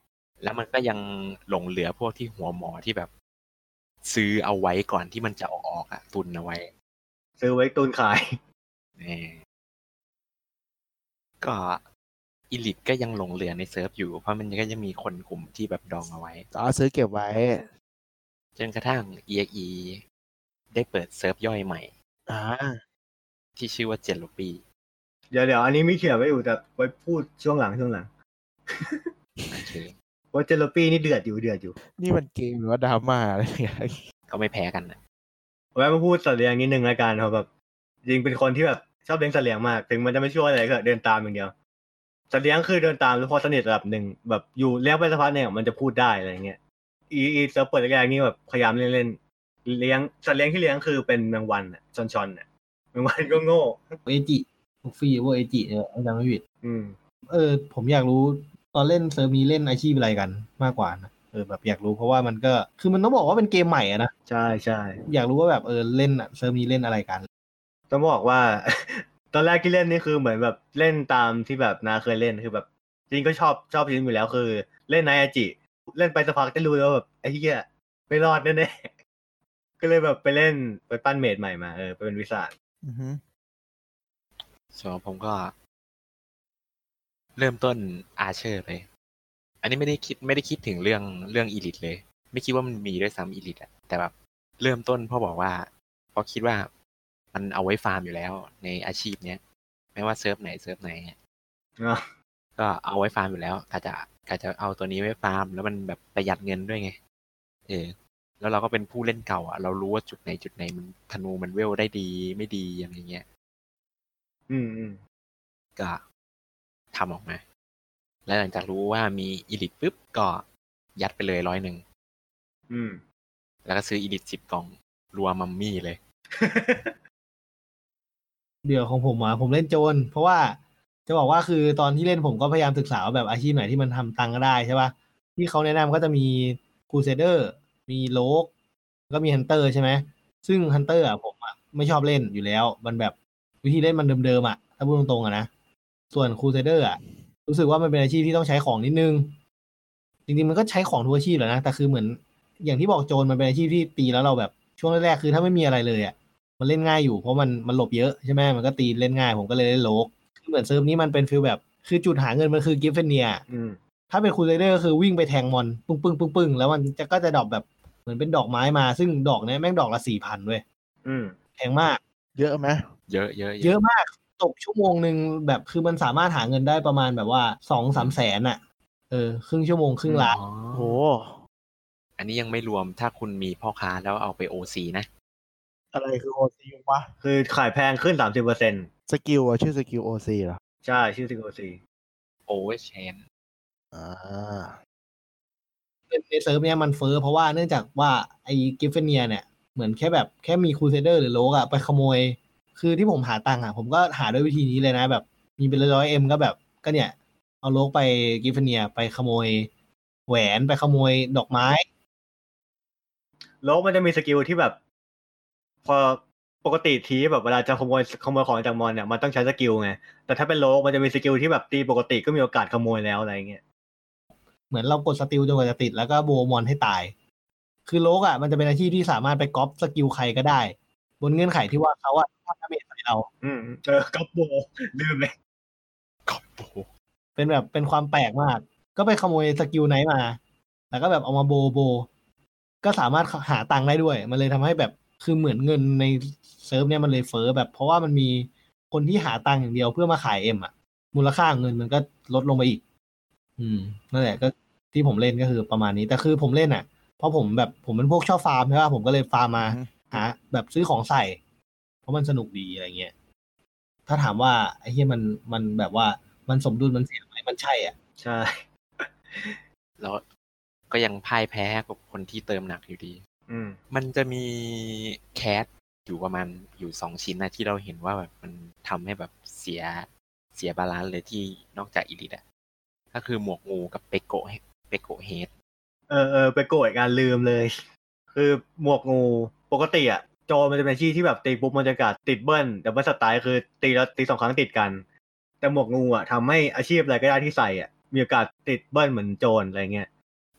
D: แล้วมันก็ยังหลงเหลือพวกที่หัวหมอที่แบบ ซื้อเอาไว้ก่อนที่มันจะออกออกอ่ะตุนเอาไว้
B: ซื้อไว้ตุนขาย
D: นี่ก็อีลิทก็ยังหลงเหลือในเซิร์ฟอยู่เพราะมันก็ยังมีคนกลุ่มที่แบบดองเอาไว้
A: อ๋อซื้อเก็บไว้
D: จนกระทั่ง อี เอ็กซ์ อี ได้เปิดเซิร์ฟย่อยใหม่
A: อ่า
D: ที่ชื่อว่าเจลโลปี
B: เดี๋ยวเดี๋ยวอันนี้มีเขียนไว้อยู่แต่ไว้พูดช่วงหลังช่วงหลัง
D: โอเค
B: ว่าเจลปี้นี่เดือดอยู่เดือดอยู่
A: นี่มันเกมหรือว่าดราม่าอะไรอย่างเงี้ย
D: ก็ไม่แพ้กันนะ
B: ไว้มาพูดสัตว์เลี้ยงนิดนึงละกันเพราะแบบจริงเป็นคนที่แบบชอบเลี้ยงสัตว์เลี้ยงมากถึงมันจะไม่ช่วยอะไรก็เดินตามอย่างเดียวสัตว์เลี้ยงคือเดินตามแล้วพอสนิทระดับหนึ่งแบบอยู่เลี้ยงไปสักพักเนี่ยมันจะพูดได้อะไรเงี้ยอีอีเซิร์ฟเปิดแรกๆนี่แบบพยายามเล่นเล่นเลี้ยงสัตว์เลี้ยงที่เลี้ยงคือเป็นแมงวันอ่ะชอนชอนอ่ะแมงวันก็โง่
C: เอจิพวกฟรีพวกเอจิเนี่ยจำไม่ผิด
B: อืม
C: เออผมอยากรู้ตอนเล่นเซิร์ฟนี้เล่นอาชีพอะไรกันมากกว่านะเออแบบอยากรู้เพราะว่ามันก็คือมันต้องบอกว่าเป็นเกมใหม่อะนะ
B: ใช่ใช่
C: อยากรู้ว่าแบบเออเล่นเซิร์ฟนี้เล่นอะไรกัน
B: ต้องบอกว่า ตอนแรกที่เล่นนี่คือเหมือนแบบเล่นตามที่แบบนาเคยเล่นคือแบบจริงก็ชอบชอบจริงอยู่แล้วคือเล่นไนอาจิเล่นไปสักพักจะรู้แล้วแบบไอ้เหี้ยไม่รอดแน่ๆ ก็เลยแบบไปเล่นไปปั้นเมดใหม่มาเออไปเป็นวิสา
A: อือฮึ
D: ส่วนผมก็ เริ่มต้นอาร์เชอร์เลยอันนี้ไม่ได้คิดไม่ได้คิดถึงเรื่องเรื่องอีลิทเลยไม่คิดว่ามันมีด้วยซ้ำอีลิทอะแต่แบบเริ่มต้นเพราะบอกว่าเพราะคิดว่ามันเอาไว้ฟาร์มอยู่แล้วในอาชีพเนี้ยไม่ว่าเซิร์ฟไหนเซิร์ฟไหนก็เอาไว้ฟาร์มอยู่แล้วกะจะกะจะเอาตัวนี้ไว้ฟาร์มแล้วมันแบบประหยัดเงินด้วยไงเออแล้วเราก็เป็นผู้เล่นเก่าอ่ะเรารู้ว่าจุดไหนจุดไหนมันธนูมันเวลได้ดีไม่ดีอะไรเงี้ย
B: อืมอืม
D: ก็ทำออกมาแล้วหลังจากรู้ว่ามีอีลิทปุ๊บก็ยัดไปเลยร้อยหนึ่ง
B: อืม
D: แล้วก็ซื้ออีลิทสิบกล่องรวมมัมมี่เลย
C: เดี๋ยวของผมอ่ะผมเล่นโจรเพราะว่าจะบอกว่าคือตอนที่เล่นผมก็พยายามศึกษาว่าแบบอาชีพไหนที่มันทำตังค์ได้ใช่ป่ะที่เขาแนะนำก็จะมีครูเซเดอร์มีโลกก็มีฮันเตอร์ใช่ไหมซึ่งฮันเตอร์อ่ะผมอ่ะไม่ชอบเล่นอยู่แล้วมันแบบวิธีเล่นมันเดิมๆอ่ะถ้าพูดตรงๆอ่ะนะส่วนครูเซเดอร์อ่ะรู้สึกว่ามันเป็นอาชีพที่ต้องใช้ของนิดนึงจริงๆมันก็ใช้ของทุกอาชีพแหละนะแต่คือเหมือนอย่างที่บอกโจรมันเป็นอาชีพที่ตีแล้วเราแบบช่วงแรกๆคือถ้าไม่มีอะไรเลยอ่ะมันเล่นง่ายอยู่เพราะมันมันหลบเยอะใช่ไหมมันก็ตีเล่นง่ายผมก็เลยเล่นโลกคือเหมือนเซิร์ฟนี้มันเป็นฟีลแบบคือจุดหาเงินมันคือกิฟเฟเนีย
B: อืม
C: ถ้าเป็นคูลเดอร์ก็คือวิ่งไปแทงมอนปึ้งปึ้งปึ้งปึ้งแล้วมันจะก็จะดรอปแบบเหมือนเป็นดอกไม้มาซึ่งดอกเนี้ยแม่งดอกละสี่พันด้วย
B: อืม
C: แพงมาก
A: เยอะไหม
D: เยอะเยอะ
C: เยอะมากตกชั่วโมงหนึ่งแบบคือมันสามารถหาเงินได้ประมาณแบบว่าสองสามแสนอ่ะเออครึ่งชั่วโมงครึ่งล้าน
D: อ๋อ
A: โห
D: อันนี้ยังไม่รวมถ้าคุณมีพ่อค้าแล้วเอาไปโอซีนะ
A: อะไรคือโอซีวะ
B: คือขายแพงขึ้นสามสิบเปอร์เซ็นต์
A: สกิลอะชื่อสกิลโอซีเหรอ
B: ใช่ชื่อซิโกซี
D: โอเวอร์เชน
A: อ่า
C: ในเซิร์ฟเนี้ยมันเฟ้อเพราะว่าเนื่องจากว่าไอ้กิฟเฟเนียเนี่ยเหมือนแค่แบบแค่มีครูเซเดอร์หรือโลกอะไปขโมยคือที่ผมหาตังค์อะผมก็หาด้วยวิธีนี้เลยนะแบบมีเป็นร้อยเอ็มก็แบบก็เนี่ยเอาโลกไปกิฟเฟเนียไปขโมยแหวนไปขโมยดอกไม้
B: โลกมันจะมีสกิลที่แบบ พอปกติทีแบบเวลาจะขโมยขโมยของจากมอนเนี่ยมันต้องใช้สกิลไงแต่ถ้าเป็นโลกมันจะมีสกิลที่แบบตีปกติก็มีโอกาสขโมยแล้วอะไรเงี้ย
C: เหมือนเรากดสติลจนกว่าจะติดแล้วก็โบว์มอนให้ตาย คือโลกอ่ะมันจะเป็นอาชีพที่สามารถไปก๊อปสกิลใครก็ได้ บนเงื่อนไขที่ว่าเขาอ่ะทำดาเมจใส่เรา
B: อืมเออก๊อปโบลืมเลย
D: กอบโบ
C: เป็นแบบเป็นความแปลกมาก ก็ไปขโมยสกิลไนท์มา แล้วก็แบบเอามาโบว์โบว์ก็สามารถหาตังค์ได้ด้วย มันเลยทำให้แบบคือเหมือนเงินในเซิร์ฟเนี่ยมันเลยเฟ้อแบบ เพราะว่ามันมีคนที่หาตังค์อย่างเดียวเพื่อมาขายเอ็มอ่ะ มูลค่าเงินมันก็ลดลงไปอีก อืมนั่นแหละก็ที่ผมเล่นก็คือประมาณนี้แต่คือผมเล่นอ่ะเพราะผมแบบผมเป็นพวกชอบฟาร์มใช่ป่ะผมก็เลยฟาร์มมา
A: อือฮึ
C: หาแบบซื้อของใส่ เพราะมันสนุกดีอะไรเงี้ยถ้าถามว่าไอ้เหี้ยมันมันแบบว่ามันสมดุลมันเสียไหมมันใช่อ่ะ
B: ใช่
D: แล้วก็ยังพ่ายแพ้กับคนที่เติมหนักอยู่ดี
B: อืม
D: มันจะมีแคสอยู่ประมาณอยู่สองชิ้นนะที่เราเห็นว่าแบบมันทำให้แบบเสียเสียบาลานซ์เลยที่นอกจากอีลิทอะก็คือหมวกงูกับเปโกะเปโกะเฮด
B: เออเออไปโกรธการลืมเลย คือหมวกงูปกติอ่ะโจรมันจะเป็นอาชีพที่แบบตีปุ๊บมันจะกัดติดเบิ้ลแต่ว่าสไตล์คือตีแล้วตีสองครั้งติดกัน แต่หมวกงูอ่ะทำให้อาชีพอะไรก็ได้ที่ใส่อ่ะมีโอกาสติดเบิ้ลเหมือนโจรอะไรเงี้ย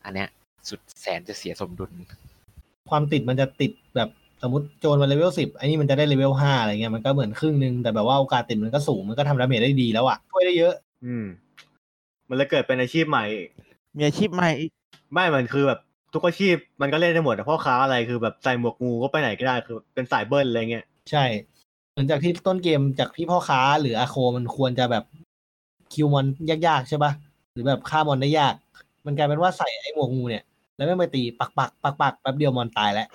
D: อันเนี้ยสุดแสนจะเสียสมดุล
C: ความติดมันจะติดแบบสมมติโจรมาเลเวลสิบไอ้นี่มันจะได้เลเวลห้าอะไรเงี้ยมันก็เหมือนครึ่งนึงแต่แบบว่าโอกาสติดมันก็สูงมันก็ทำดาเมจได้ดีแล้วอ่ะช่วยได้เยอะ
B: อืมมันเลยเกิดเป็นอาชีพใหม่
A: มีอาชีพใหม่อีก
B: ไม่มันคือแบบทุกอาชีพมันก็เล่นได้หมดแต่พ่อค้าอะไรคือแบบใส่หมวกงูก็ไปไหนก็ได้คือเป็นสายเบิ้ลอะไรเงี้ย
C: ใช่เหมือนจากที่ต้นเกมจากที่พ่อค้าหรืออาโคมันควรจะแบบคิวมอนยากๆใช่ป่ะหรือแบบฆ่ามอนได้ยากมันกลายเป็นว่าใส่ไอ้หมวกงูเนี่ยแล้วไม่ไปตีปักปักปักปักแป๊บเดียวมอนตายแล้ว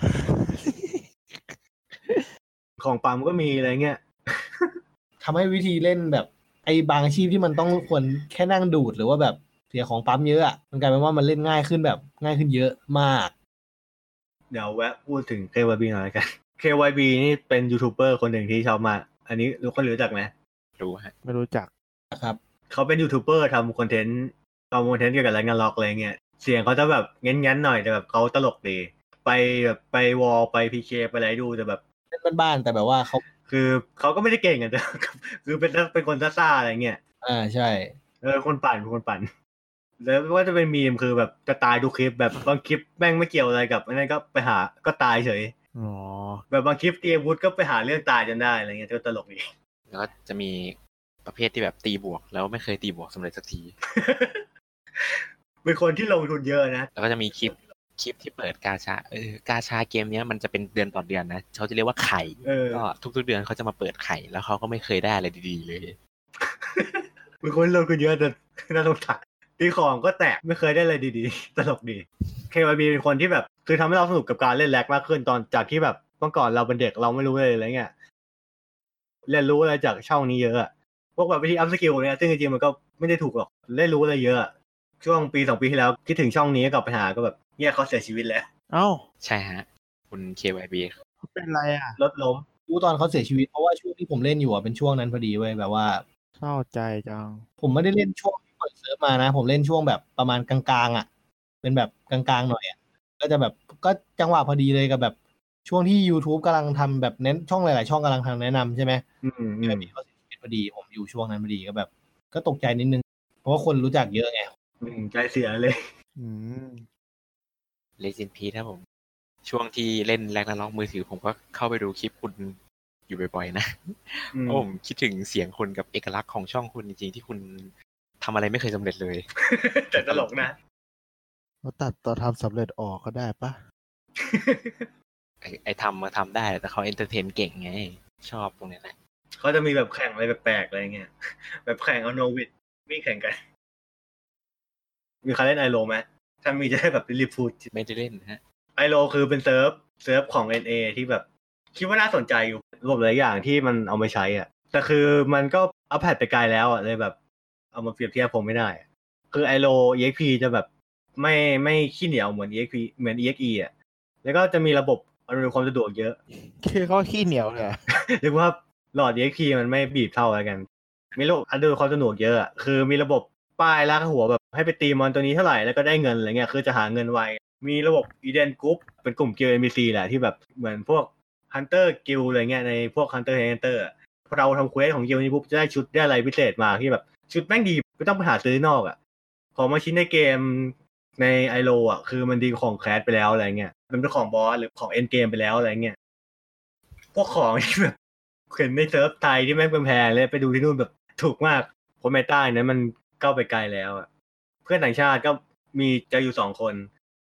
B: ของปั๊มก็มีอะไรเงี้ย
C: ทำให้วิธีเล่นแบบไอ้บางอาชีพที่มันต้องควรแค่นั่งดูดหรือว่าแบบเสียของปั๊มเยอะอ่ะมันกลายเป็นว่ามันเล่นง่ายขึ้นแบบง่ายขึ้นเยอะมาก
B: เดี๋ยวแวะพูดถึง เค วาย บี หน่อยกัน เค วาย บี นี่เป็นยูทูบเบอร์คนหนึ่งที่ชอบมากอันนี้ทุกคนรู้จักไหม
D: รู้ฮะ
A: ไม่รู้จัก
C: ครับ
B: เขาเป็นยูทูบเบอร์ทำคอนเทนต์ทำคอนเทนต์เกี่ยวกับแรงงานล็อกอะไรเงี้ยเสียงเขาจะแบบเงี้ยนๆหน่อยแต่แบบเขาตลกดีไปแบบไปวอลไป พี เค ไปอะไรดูแต่แบบ
C: เป็นบ้านๆแต่แบบว่าเขา
B: คือเขาก็ไม่ได้เก่งอ่ะแต่คือเป็นเป็นคนซ่าๆอะไรเงี้ย
C: อ่าใช่
B: เออคนปั่นคนปั่นแล้วว่าจะเป็นมีมคือแบบจะตายทุกคลิปแบบบางคลิปแม่งไม่เกี่ยวอะไรกับอันนั้นก็ไปหาก็ตายเฉย
A: อ๋อ
B: แบบบางคลิปตีอาวุธก็ไปหาเรื่องตายจนได้อะไรเงี้ยก็ตลกดี
D: แล้วก็จะมีประเภทที่แบบตีบวกแล้วไม่เคยตีบวกสำเร็จสักที
B: เป็นคนที่ลงทุนเยอะนะ
D: แล้วก็จะมีคลิปคลิปที่เปิดกาชาเออกาชาเกมนี้มันจะเป็นเดือนต่อเดือนนะเขาจะเรียกว่าไข่ก็ทุกๆเดือนเขาจะมาเปิดไข่แล้วเขาก็ไม่เคยได้อะไรดีๆเลย
B: เป็นคนลงทุนเยอะแต่น่าสงสารตีของก็แตกไม่เคยได้อะไรดีๆตลกดี เค วาย บี เป็นคนที่แบบคือทำให้เราสนุกกับการเล่นแร็กมากขึ้นตอนจากที่แบบเมื่อก่อนเราเป็นเด็กเราไม่รู้เลยอะไรเงี้ยเรียนรู้อะไรจากช่องนี้เยอะพวกแบบวิธีอัพสกิลเนี่ยซึ่งจริงๆมันก็ไม่ได้ถูกหรอกได้รู้อะไรเยอะช่วงปีสองปีที่แล้วคิดถึงช่องนี้กลับไปหาก็แบบเนี่ยเขาเสียชีวิตแล้ว
A: เอ้า
D: ใช่ฮะคุณ เค วาย บี
A: เขาเป็นไรอ่ะ
B: รถล้ม
C: รู้ตอนเขาเสียชีวิตเพราะว่าช่วงที่ผมเล่นอยู่อ่ะเป็นช่วงนั้นพอดีเว้ยแบบว่า
A: เศร้าใจจัง
C: ผมไม่ได้เล่นช่วงที่เปิดเซิร์ฟมานะผมเล่นช่วงแบบประมาณกลางๆอ่ะเป็นแบบกลางๆหน่อยอ่ะก็จะแบบก็จังหวะพอดีเลยกับแบบช่วงที่ YouTube กำลังทำแบบเน้นช่องหลายๆช่องกำลังทำแนะนำใช่ไหม
B: อืมอืม
C: เขาเสียชีวิตพอดีผมอยู่ช่วงนั้นพอดีก็แบบก็ตกใจนิดนึงเพราะว่าคนรู้จักเยอะไง
B: อืมใจเสียเลย
A: อืม
D: เลจินพีครับผมช่วงที่เล่นแร็กนาร็อกมือถือผมก็เข้าไปดูคลิปคุณอยู่บ่อยๆนะเพราะผมคิดถึงเสียงคุณกับเอกลักษณ์ของช่องคุณจริงๆที่คุณทำอะไรไม่เคยสำเร็จเลย
B: แต่ตลกนะ
A: เขาตัดต่อทำสำเร็จออกก็ได้ปะ
D: ไอ้ไอ้ทำมาทำได้แต่เขาเอนเตอร์เทนเก่งไงชอบตรงนี้แหละ
B: เขาจะมีแบบแข่งอะไรแปลกๆอะไรเงี้ยแบบแข่งเอาโนวิดวิ่งแข่งกันมีใครเล่นไอโลไหมถ้ามีจะได้แบบรีพูด
D: ไม่ได้เล่นฮะ
B: ไอโลคือเป็นเซิร์ฟเซิร์ฟของ เอ็น เอ ที่แบบคิดว่าน่าสนใจอยู่รวมหลายอย่างที่มันเอามาใช้อ่ะแต่คือมันก็อัปเดตไปไกลแล้วอ่ะเลยแบบเอามาเปรียบเทียบผมไม่ได้คือไอโล อี เอ็กซ์ พี จะแบบไม่ไม่ขี้เหนียวเหมือน อี เอ็กซ์ พี เหมือน อี เอ็กซ์ อี อ่ะแล้วก็จะมีระบบอำนวยความสะดวกเยอะ
A: คือเขาขี้เหนียวเลย
B: เรียกว่าหลอด อี เอ็กซ์ พี มันไม่บีบเท่าอะไรกันมีระบบอำนวยความสะดวกเยอะคือมีระบบป้ายลากหัวแบบให้ไปตีมอนตัวนี้เท่าไหร่แล้วก็ได้เงินอะไรเงี้ยคือจะหาเงินไวมีระบบ Eden Group เป็นกลุ่ม Guild เอ็น พี ซี แหละที่แบบเหมือนพวก Hunter Guild อะไรเงี้ยในพวก Hunter x Hunter พอเราทำเควสของ Guild นี้ปุ๊บจะได้ชุดได้อะไรพิเศษมาที่แบบชุดแม่งดีไม่ต้องไปหาซื้อนอกอ่ะของมาชิ้นในเกมในไอโลอ่ะคือมันดีของแคสไปแล้วอะไรเงี้ยมันเป็นของบอสหรือของเอ็นเกมไปแล้วอะไรเงี้ยพวกของที่แบบเห็นในเซิร์ฟไทยที่แม่งแพงเลยไปดูที่นู่นแบบถูกมากเพราะเมตาเนี่ยมันก้าวไปไกลแล้วอ่ะเพื่อนต่างชาติก็มีจะอยู่สองคน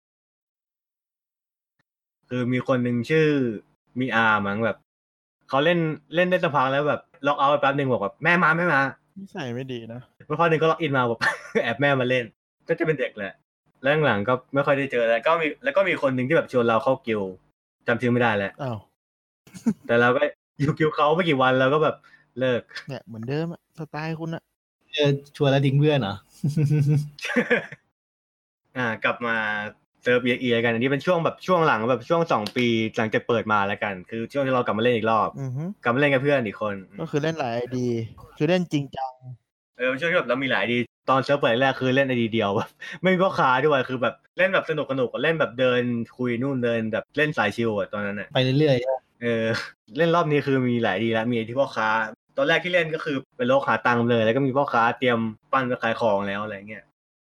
B: คือมีคนหนึ่งชื่อมีอาร์มั้งแบบเขาเล่นเล่นได้สักพักแล้วแบบล็อกเอาท์ไปแป๊บนึงบอกแบบแม่มาแม่มา
A: นิสัยไม่ดีนะ
B: พอพอหนึ่งก็ล็อกอินมาแบบแอบแม่มาเล่นก็จะเป็นเด็กแหละแล้วหลังก็ไม่ค่อยได้เจอแล้วก็มีแล้วก็มีคนหนึ่งที่แบบชวนเราเข้ากิลด์จำชื่อไม่ได้แล้ว
A: อ้าว
B: แต่เราก็อยู่กิลด์เขาไม่กี่วันเราก็แบบเลิก
A: เนี่ยเหมือนเดิมสไตล์คุณอะ
C: เออชวนแล้วทิ้งเพื่อนเหรอ
B: อ่ากลับมาเซิร์ฟ อี เอ็กซ์ อี กันอันนี้เป็นช่วงแบบช่วงหลังแบบช่วงสองปีหลังจากเปิดมาแล้วกันคือช่วงที่เรากลับมาเล่นอีกรอบกลับมาเล่นกับเพื่อนอีกคน
A: ก็คือเล่นหลาย ไอ ดี คือเล่นจริงจัง
B: เออช่วงที่แบบเรามีหลายดีตอนเซิร์ฟเปิดแรกคือเล่นไอดีเดียวแบบไม่มีพ่อค้าด้วยคือแบบเล่นแบบสนุกสนุกเล่นแบบเดินคุยนู่นเดินแบบเล่นสายชิลอ่ะตอนนั้นอ่ะ
C: ไปเรื่อยๆ
B: เออเล่นรอบนี้คือมีหลายดีแล้วมีที่พ่อค้าตอนแรกที่เล่นก็คือเป็นโลกหาตังค์เลยแล้วก็มีพ่อค้าเตรียมปั้นไปขายของแล้วอะไรเงี้ย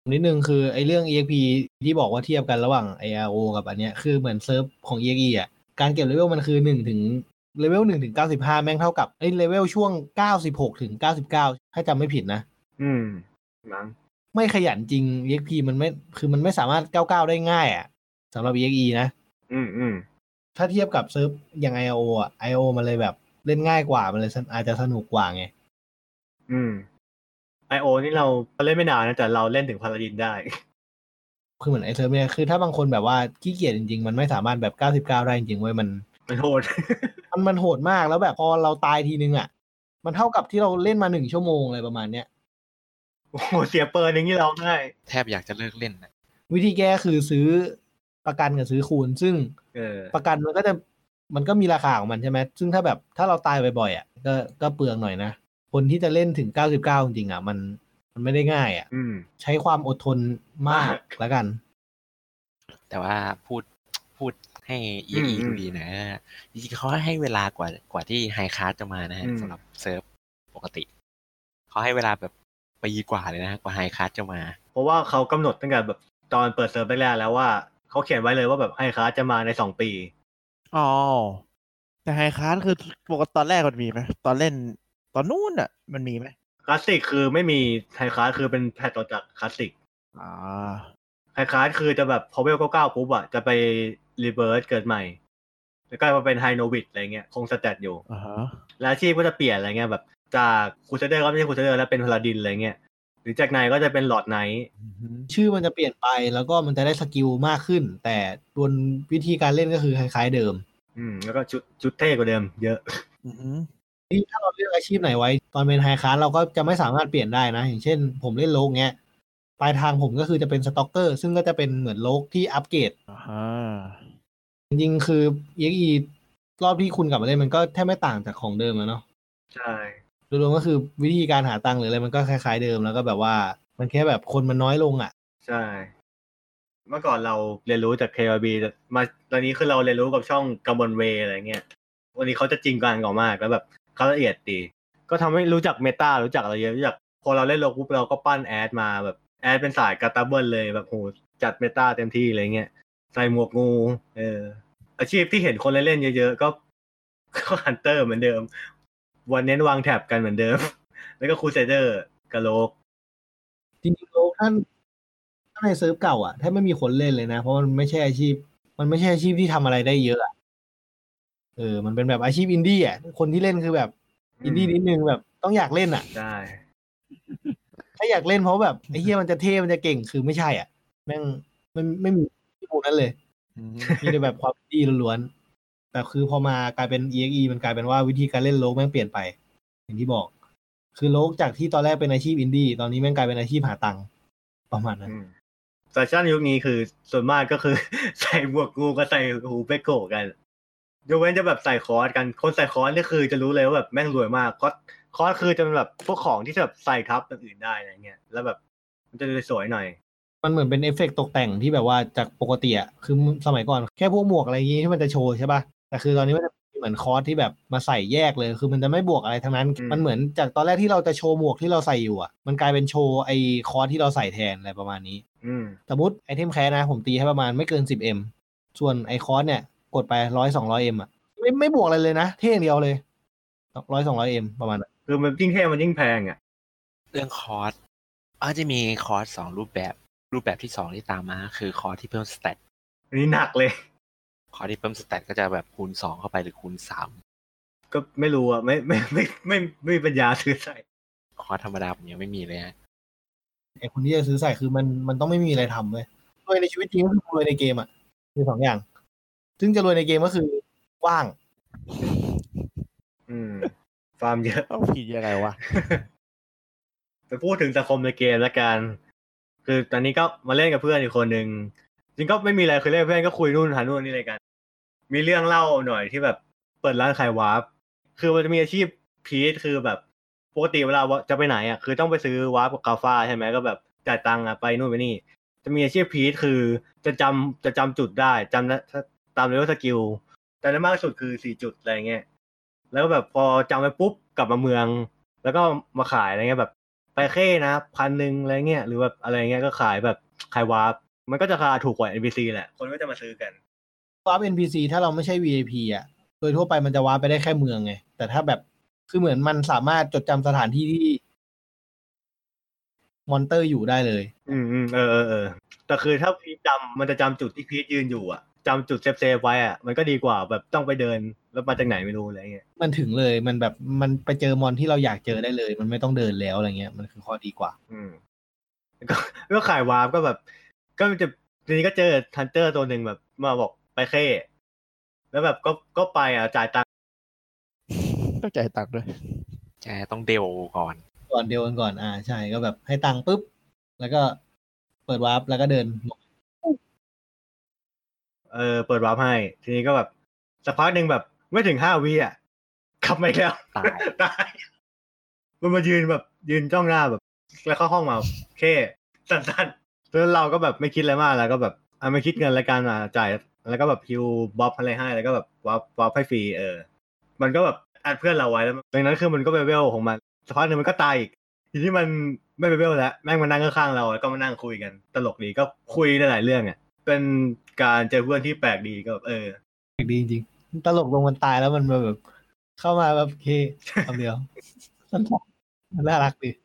C: นิดนึงคือไอ้เรื่อง อี เอ็กซ์ พี ที่บอกว่าเทียบกันระหว่าง อาร์ โอ กับอันเนี้ยคือเหมือนเซิร์ฟของ อี เอ็กซ์ อี อ่ะการเก็บเลเวลมันคือหนึ่งถึงเลเวลหนึ่งถึงเก้าสิบห้าแม่งเท่ากับไอ้เลเวลช่วงเก้าสิบหกถึงเก้าสิบเก้าถ้าจำไม่ผิดนะ
B: อืมมั้ง
C: ไม่ขยันจริง อี เอ็กซ์ พี มันไม่คือมันไม่สามารถเก้าสิบเก้าได้ง่ายอ่ะสำหรับ อี เอ็กซ์ อี นะ
B: อืมอืม
C: ถ้าเทียบกับเซิร์ฟอย่าง อาร์ โอ อ่ะ อาร์ โอ มันเลยแบบเล่นง่ายกว่ามันเลยอาจจะสนุกกว่าไง
B: อืม ไอ โอ นี่เราเล่นไม่นานนะแต่เราเล่นถึงพาราดินได้
C: คือเหมือนไอเซิร์ฟเนี่ยคือถ้าบางคนแบบว่าขี้เกียจจริงๆมันไม่สามารถแบบเก้าสิบเก้าได้จริงๆเว้ยมัน
B: มันโหด
C: มันมันโหดมากแล้วแบบพอเราตายทีนึงอ่ะมันเท่ากับที่เราเล่นมาหนึ่งชั่วโมงอะไรประมาณเนี้ย
B: โอ้โหเสียเปิร์นอย่างนี้เราง่าย
D: แทบอยากจะเลิกเล่นนะ
C: วิธีแก้คือซื้อประกันกับซื้อคูณซึ่งประกันมันก็จะมันก็มีราคาของมันใช่ไหมซึ่งถ้าแบบถ้าเราตายบ่อยๆอ่ะก็ก็เปลืองหน่อยนะคนที่จะเล่นถึงเก้าสิบเก้าจริงๆอ่ะมันมันไม่ได้ง่ายอ่ะใช้ความอดทนมากแล้วกัน
D: แต่ว่าพูดพูดให้ อี อี ดูดีนะจริงๆเขาให้เวลากว่ากว่าที่ไฮคลาสจะมานะฮะสำหรับเซิร์ฟปกติเขาให้เวลาแบบปีกว่าเลยนะกว่าไฮคลาสจะมา
B: เพราะว่าเขากำหนดตั้งแต่แบบตอนเปิดเซิร์ฟแรกๆแล้วว่าเขาเขียนไว้เลยว่าแบบไฮคลาสจะมาในสองปี
A: อ๋อแต่ไฮคลาสคือปกติตอนแรกมันมีไหมตอนเล่นตอนนู้นอ่ะมันมีไหม
B: คลาสสิกคือไม่มีไฮคลาสคือเป็นแพทต่อจากคลาสสิก
A: อ่า
B: ไฮคลาสคือจะแบบพอเวลเก้าปุ๊บอะจะไปรีเบิร์สเกิดใหม่แล้วก็มาเป็นไฮโนวิดอะไรเงี้ยคงสแตทอยู่
A: อ่าฮะ
B: แล้วอาชีพก็จะเปลี่ยนอะไรเงี้ยแบบจากคูเซเดอร์ก็ไม่ใช่คูเซเดอร์แล้วเป็นพาลาดินอะไรเงี้ยหรือจากไนก็จะเป็นหลอดไนท์
C: ชื่อมันจะเปลี่ยนไปแล้วก็มันจะได้สกิลมากขึ้นแต่บนวิธีการเล่นก็คือคล้ายๆเดิม
B: อืมแล้วก็ชุดชุดเท่กว่าเดิมเยอะ
C: นี่ถ้าเราเลือกอาชีพไหนไว้ตอนเป็นไฮคลาสเราก็จะไม่สามารถเปลี่ยนได้นะอย่างเช่นผมเล่นโลกเงี้ยปลายทางผมก็คือจะเป็นสต็อกเกอร์ซึ่งก็จะเป็นเหมือนโลกที่อัปเกรดจริงๆคือ อี เอ็กซ์ อี รอบที่คุณกลับมาเล่นมันก็แทบไม่ต่างจากของเดิมแล้วเนาะ
B: ใช่
C: รวมๆก็คือวิธีการหาตังค์หรืออะไรมันก็คล้ายๆเดิมแล้วก็แบบว่ามันแค่แบบคนมันน้อยลงอ่ะ
B: ใช่เมื่อก่อนเราเรียนรู้จาก เค อาร์ บี มาตอนนี้คือเราเรียนรู้กับช่องกัมบอนเวย์อะไรเงี้ยวันนี้เขาจะจริงจังกว่ามากแล้วแบบเขาละเอียดดีก็ทำให้รู้จักเมตารู้จักอะไรเยอะรู้จักพอเราเล่นโลกปุ๊บเราก็ปั้นแอดมาแบบแอดเป็นสายกาตาเบิลเลยแบบโหจัดเมตาเต็มที่อะไรเงี้ยใส่หมวกงูเอออาชีพที่เห็นคนเล่นเยอะๆก็ก็ฮันเตอร์เหมือนเดิมวันเน้นวางแท็บกันเหมือนเดิมแล้วก็ครูเซเดอร์กับโลก
C: จริงๆโลกท่านถ้าในเซิร์ฟเก่าอ่ะแทบไม่มีคนเล่นเลยนะเพราะมันไม่ใช่อาชีพมันไม่ใช่อาชีพที่ทำอะไรได้เยอะอ่ะเออมันเป็นแบบอาชีพอินดี้อ่ะคนที่เล่นคือแบบอินดี้นิดนึงแบบต้องอยากเล่นอ่ะ
B: ใช่
C: ถ้าอยากเล่นเพราะแบบไอ้เหี้ยมันจะเท่มันจะเก่งคือไม่ใช่อ่ะแม่งไม่ไม่มีที่พวกนั้นเลยมีแต่แบบความดีล้วนๆแต่คือพอมากลายเป็น อี เอ็กซ์ อี มันกลายเป็นว่าวิธีการเล่นโลกแม่งเปลี่ยนไปอย่างที่บอกคือโลกจากที่ตอนแรกเป็นอาชีพอินดี้ตอนนี้แม่งกลายเป็นอาชีพหาตังค์ประมาณนั้น
B: แฟชั่นยุคนี้คือส่วนมากก็คือใส่หมวกงูกับใส่หูเปโกะกันยกเว้นจะแบบใส่คอร์สกันคนใส่คอร์สนี่คือจะรู้เลยว่าแบบแม่งรวยมากคอร์สคอร์สคือจะเป็นแบบพวกของที่แบบใส่ทับอย่างอื่นได้อะไรเงี้ยแล้วแบบมันจะดูสวยหน่อย
C: มันเหมือนเป็นเอฟเฟกต์ตกแต่งที่แบบว่าจากปกติอ่ะคือสมัยก่อนแค่พวกหมวกอะไรอย่างงี้ที่มันจะโชว์ใช่ป่ะแต่คือตอนนี้มันจะเหมือนคอร์สที่แบบมาใส่แยกเลยคือมันจะไม่บวกอะไรทั้งนั้นมันเหมือนจากตอนแรกที่เราจะโชว์หมวกที่เราใส่อยู่อ่ะมันกลายเป็นโชว์ไอ้คอร์สที่เราใส่แทนอะไรประมาณนี้สมมติไอเทมแคสนะผมตีให้ประมาณไม่เกิน สิบเอ็ม ส่วนไอคอร์สเนี่ยกดไปหนึ่งร้อย สองร้อยเอ็ม อ่ะไม่ไม่บวกอะไรเลยนะเท่อย่างเดียวเลยหนึ่งร้อย สองร้อยเอ็ม ประมาณนั้น
B: คือมันยิ่งเท่มันยิ่งแพงอ่ะ
D: เรื่องคอร์สอาจจะมีคอร์สสองรูปแบบรูปแบบที่สองที่ตามมาคือคอร์สที่เพิ่มสเตต
B: อันนี้หนักเลย
D: คอร์สที่เพิ่มสเตตก็จะแบบคูณสองเข้าไปหรือคูณสาม
B: ก็ไม่รู้อ่ะไม่ไม่ไม่ไม่ไม่มีปัญญาซื้อใส่
D: คอร์สธรรมดาผมยังไม่มีเลยฮะ
C: ไอคนที่จะซื้อใส่คือมันมันต้องไม่มีอะไรทำเลยรวยในชีวิตจริงก็คือรวยในเกมอ่ะมีสองอย่างซึ่งจะรวยในเกมก็คือว่าง
B: อืมฟาร์มเยอะ
A: ต้องผิดยังไงวะ
B: ไปพูดถึงสังคมในเกมแล้วกันคือตอนนี้ก็มาเล่นกับเพื่อนอีกคนนึงจริงก็ไม่มีอะไรคือเล่นกับเพื่อนก็คุยนู่นหานู่นนี่อะไรกันมีเรื่องเล่าหน่อยที่แบบเปิดร้านขายวาร์ปคือมันจะมีอาชีพพีชคือแบบปกติเวลาจะไปไหนอ่ะคือต้องไปซื้อวาร์ปกับกาฟ้าใช่ไหมก็แบบจ่ายตังค์อ่ะไปนู่นไปนี่จะมีอาชีพพีชคือจะจำจะจำจุดได้จำตามเลเวลสกิลแต่ได้มากสุดคือสี่จุดอะไรเงี้ยแล้วแบบพอจำไปปุ๊บกลับมาเมืองแล้วก็มาขายอะไรเงี้ยแบบไปแค่นะพันหนึ่งอะไรเงี้ยหรือแบบอะไรเงี้ยก็ขายแบบขายวาร์ปมันก็จะราคาถูกกว่า เอ็น พี ซี แหละคนก็จะมาซื้อกัน
C: วาร์ป เอ็น พี ซี ถ้าเราไม่ใช่ วี ไอ พี อ่ะโดยทั่วไปมันจะวาร์ปไปได้แค่เมืองไงแต่ถ้าแบบคือเหมือนมันสามารถจดจำสถานที่ที่มอนเตอร์อยู่ได้เลย
B: อืมอืมเออเออเออแต่คือถ้าพีทจำมันจะจำจุดที่พีทยืนอยู่อ่ะจำจุดเซฟเซฟไว้อ่ะมันก็ดีกว่าแบบต้องไปเดินแล้วมาจากไหนไม่รู้อะไรเงี้ย
C: มันถึงเลยมันแบบมันไปเจอมอนที่เราอยากเจอได้เลยมันไม่ต้องเดินแล้วอะไรเงี้ยมันคือข้อดีกว่า
B: อืมก็ก็ขายวาร์ปก็แบบก็จะทีนี้ก็เจอฮันเตอร์ตัวหนึ่งแบบมาบอกไปเค่แล้วแบบก็ก็ไปอ่ะจ่ายตังค์
A: ต้องจ่ายตังค์ด้วย
D: ใช่ต้องเดวก่อน
C: ก่อนเดียวกันก่อนอ่าใช่ก็แบบให้ตังค์ปุ๊บแล้วก็เปิดวาร์ปแล้วก็เดิน
B: เออเปิดวาร์ปให้ทีนี้ก็แบบสักพักหนึ่งแบบไม่ถึงห้าวิอ่ะขับไม่แล้ว
D: ตาย
B: ตายมันมายืนแบบยืนจ้องหน้าแบบแล้วเข้าห้องมาแค่สั้นๆแล้วเราก็แบบไม่คิดอะไรมากแล้วก็แบบอ่ะไม่คิดเงินรายการมาจ่ายแล้วก็แบบฮิวบ๊อบอะไรให้แล้วก็แบบวาร์ปวาร์ปให้ฟรีเออมันก็แบบอัดเพื่อนเราไว้แล้วดังนั้นคือมันก็ไปเวลของมันสักพักหนึ่งมันก็ตายอีกทีนี้มันไม่ไปเวลแล้วแม่งมานั่งข้างๆเราแล้วก็มานั่งคุยกันตลกดีก็คุยได้หลายเรื่องอ่ะเป็นการเจอเพื่อนที่แปลกดีก็เออ
C: ดีจริงๆตลกลงมันตายแล้วมันแบบเข้ามาแบบเคคำเดียวสั้นๆมันน่ารักดี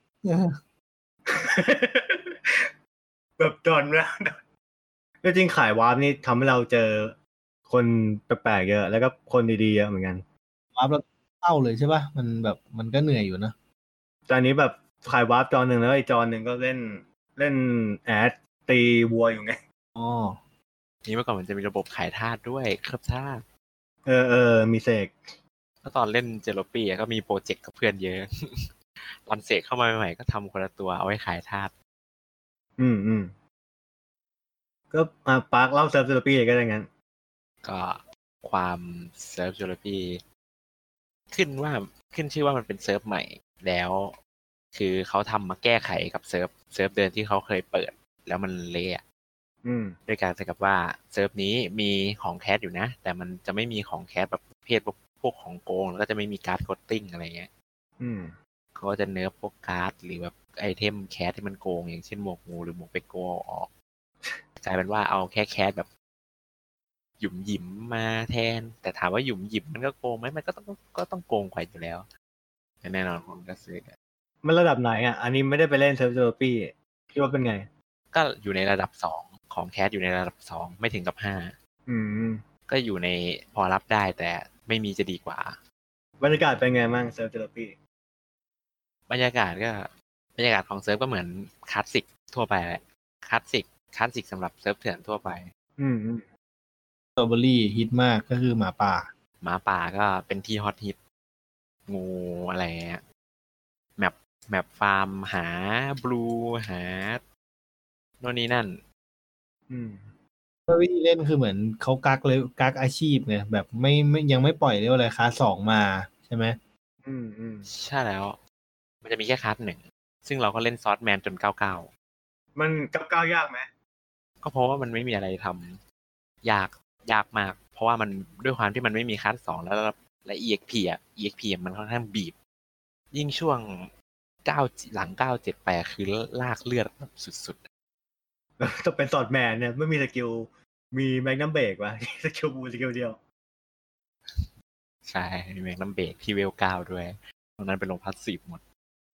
B: แบบดอนนะก็จริงขายวาร์ปนี่ทำให้เราเจอคนแปลกๆเยอะแล้วก็คนดีๆเยอะเหมือนกัน
C: วาร์ปแล้วเศร้าเลยใช่ป่ะมันแบบมันก็เหนื่อยอยู่นะ
B: ตอนนี้แบบขายวาร์ปจอหนึ่งแล้วไอ้จอหนึ่งก็เล่นเล่นแอดตีวัวอยู่ไง
C: อ๋อ
D: นี่เมื่อก่อนมันจะมีระบบขายธาตุด้วยเคลือบธาตุ
B: เออเออมีเสก
D: แล้วตอนเล่นเจโรปี้ก็มีโปรเจกต์กับเพื่อนเยอะตอนเสกเข้ามาใหม่ๆก็ทำคนละตัวเอาไว้ขายธาตุ
B: อืมอืมก็มาปาร์คเล่าเซิร์ฟเซอร์ปีก็ได้งั้น
D: ก็ความเซิร์ฟเจโรปี้ขึ้นว่าขึ้นชื่อว่ามันเป็นเซิร์ฟใหม่แล้วคือเขาทำมาแก้ไขกับเซิร์ฟเซิร์ฟเดิมที่เขาเคยเปิดแล้วมันเละด้วยการใช้กับว่าเซิร์ฟนี้มีของแคสอยู่นะแต่มันจะไม่มีของแคสแบบประเภทพวกของโกงแล้วก็จะไม่มีการ์ดโคตติ้งอะไรเงี้ยเขาก็จะเนิร์ฟพวกการ์ดหรือแบบไอเทมแคสที่มันโกงอย่างเช่นหมวกงูหรือหมวกเปโกออกกลายเป็นว่าเอาแค่แคสแบบหยุมหยิมมาแทนแต่ถามว่าหยุมหยิมมันก็โกงไหมมันก็ต้องก็ต้องโกงกว่าอยู่แล้วแน่นอนคนก็ซื้อ
B: มันระดับไหนอ่ะอันนี้ไม่ได้ไปเล่นเซิร์ฟเซอร์ปีคิดว่าเป็นไง
D: ก็อยู่ในระดับสองของแคสอยู่ในระดับสองไม่ถึงกับห้า
B: อืม
D: ก็อยู่ในพอรับได้แต่ไม่มีจะดีกว่า
B: บรรยากาศเป็นไงบ้างเซิร์ฟเซอร์ปี
D: บรรยากาศก็บรรยากาศของเซิร์ฟก็เหมือนคลาสสิกทั่วไปแหละคลาสสิกคลาสสิกสำหรับเซิร์ฟเถื่อนทั่วไป
B: อืมอืม
C: สตรอเบอรี่ฮิตมากก็คือหมาป่า
D: หมาป่าก็เป็นที่ฮอตฮิตงูอะไรเงี้ยแมปแมปฟาร์มหาบลูหาโน่นนี่นั่น
B: อืม
C: วิธีเล่นคือเหมือนเขากักเลยกักอาชีพไงแบบไม่ไม่ยังไม่ปล่อยเรียกว่าอะไรคลาสสองมาใช่ไหม
B: อืมอืม
D: ใช่แล้วมันจะมีแค่คลาสหนึ่งซึ่งเราก็เล่นซอสแมนจนเก้าเก้า
B: มันเก้าเก้ายากไหม
D: ก็เพราะว่ามันไม่มีอะไรทำยากยากมากเพราะว่ามันด้วยความที่มันไม่มีคลาสสองแล้วและ อี เอ็ก พี อ่ะ อี เอ็ก พี มันค่อนข้างบีบยิ่งช่วงเก้าหลังเก้าเจ็ดแปดคือลากเลือดแบบสุด
B: ๆต้องเป็นซอสแมนเนี่ยไม่มีสกิลมีแมกนัมเบรกวะสกิลบูสกิลเดียว
D: ใช่มีแมกนัมเบรกที่เวลเก้าด้วยตรงนั้นเป็นลงพาสซีฟหมด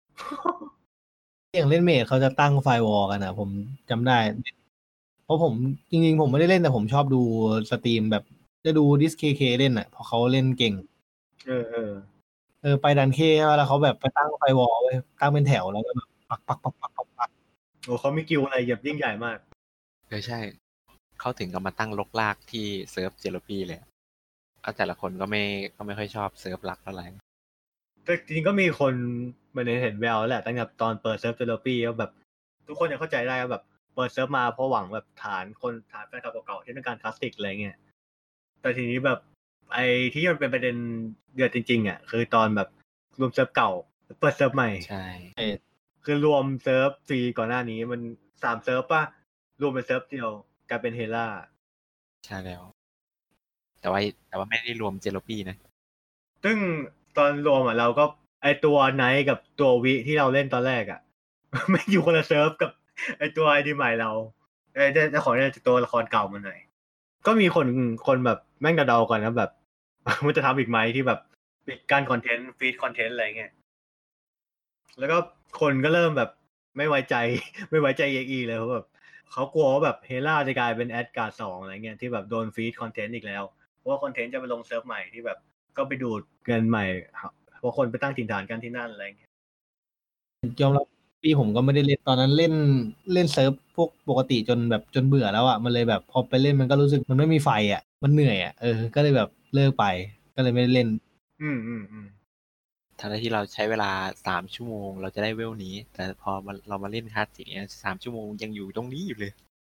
C: อย่างเล่นเมจเขาจะตั้งไฟวอลกันนะผมจำได้เพราะผมจริงๆผมไม่ได้เล่นแต่ผมชอบดูสตรีมแบบจะดูดิสเคเคเล่นอ่ะเพราะเขาเล่นเก่ง
B: เออเออ
C: เออไปดันเคแล้วเขาแบบไปตั้งไฟวอลไว้ตั้งเป็นแถวแล้วก็แบบปักปักปักปักปักปัก
B: โอ้เขามีกิลอะไรแบบยิ่งใหญ่มาก
D: เออใช่เขาถึงกับมาตั้งลกลากที่เซิร์ฟเจโรปี้เลยแล้วแต่ละคนก็ไม่ก็ไม่ค่อยชอบเซิร์ฟหลักเท่าไหร่
B: แต่จริงๆก็มีคนมันเห็นแววแหละตั้งแต่ตอนเปิดเซิร์ฟเทอร์ปีก็แบบทุกคนยังเข้าใจได้ว่าแบบเปิดเซิร์ฟมาเพราะหวังแบบฐานคนฐานแฟนคลับเก่าๆที่ต้องการคลาสสิกอะไรเงี้ยแต่ทีนี้แบบไอ้ที่มันเป็นประเด็นเดือดจริงๆอ่ะคือตอนแบบรวมเซิร์ฟเก่าเปิดเซิร์ฟใหม่
D: ใช่
B: คือรวมเซิร์ฟฟรีก่อนหน้านี้มันสามเซิร์ฟป่ะรวมเป็นเซิร์ฟเดียวกลายเป็นเฮล่า
D: ใช่แล้วแต่ว่าแต่ว่าไม่ได้รวมเจโรปี้นะ
B: ซึ่งตอนรวมอ่ะเราก็ไอตัวไนท์กับตัววิที่เราเล่นตอนแรกอ่ะไม่อยู่คนละเซิร์ฟกับไอตัว ไอ ดี ใหม่เราไอเจ้าของเนี่ยตัวละครเก่ามันหน่อยก็มีคนคนแบบแม่งเดาๆก่อนนะแบบ มันจะทำอีกไหมที่แบบปิดกั้นคอนเทนต์ฟีดคอนเทนต์อะไรเงี้ยแล้วก็คนก็เริ่มแบบไม่ไว้ใจ ไม่ไว้ใจ อี เอ็กซ์ อี เลยเพราะแบบเขากลัวว่าแบบเฮล่าจะกลายเป็นแอดการ์ดสองอะไรเงี้ยที่แบบโดนฟีดคอนเทนต์อีกแล้วเพราะว่าคอนเทนต์จะไปลงเซิร์ฟใหม่ที่แบบก็ไปดูดเงินใหม่เพราะคนไปตั้งถิ่นฐานกันที่นั่นอะไรเงี้ย
C: ยอมรับปีผมก็ไม่ได้เล่นตอนนั้นเล่นเล่นเซิร์ฟพวกปกติจนแบบจนเบื่อแล้วอ่ะมันเลยแบบพอไปเล่นมันก็รู้สึกมันไม่มีไฟอ่ะมันเหนื่อยอ่ะเออก็เลยแบบเลิกไปก็เลยไม่ได้เล่น
B: อืมอืมอืม
D: ทั้งที่เราใช้เวลาสามชั่วโมงเราจะได้เวลนี้แต่พอเรามาเล่นคลาสสิกเนี่ยสามชั่วโมงยังอยู่ตรงนี้อยู่เลย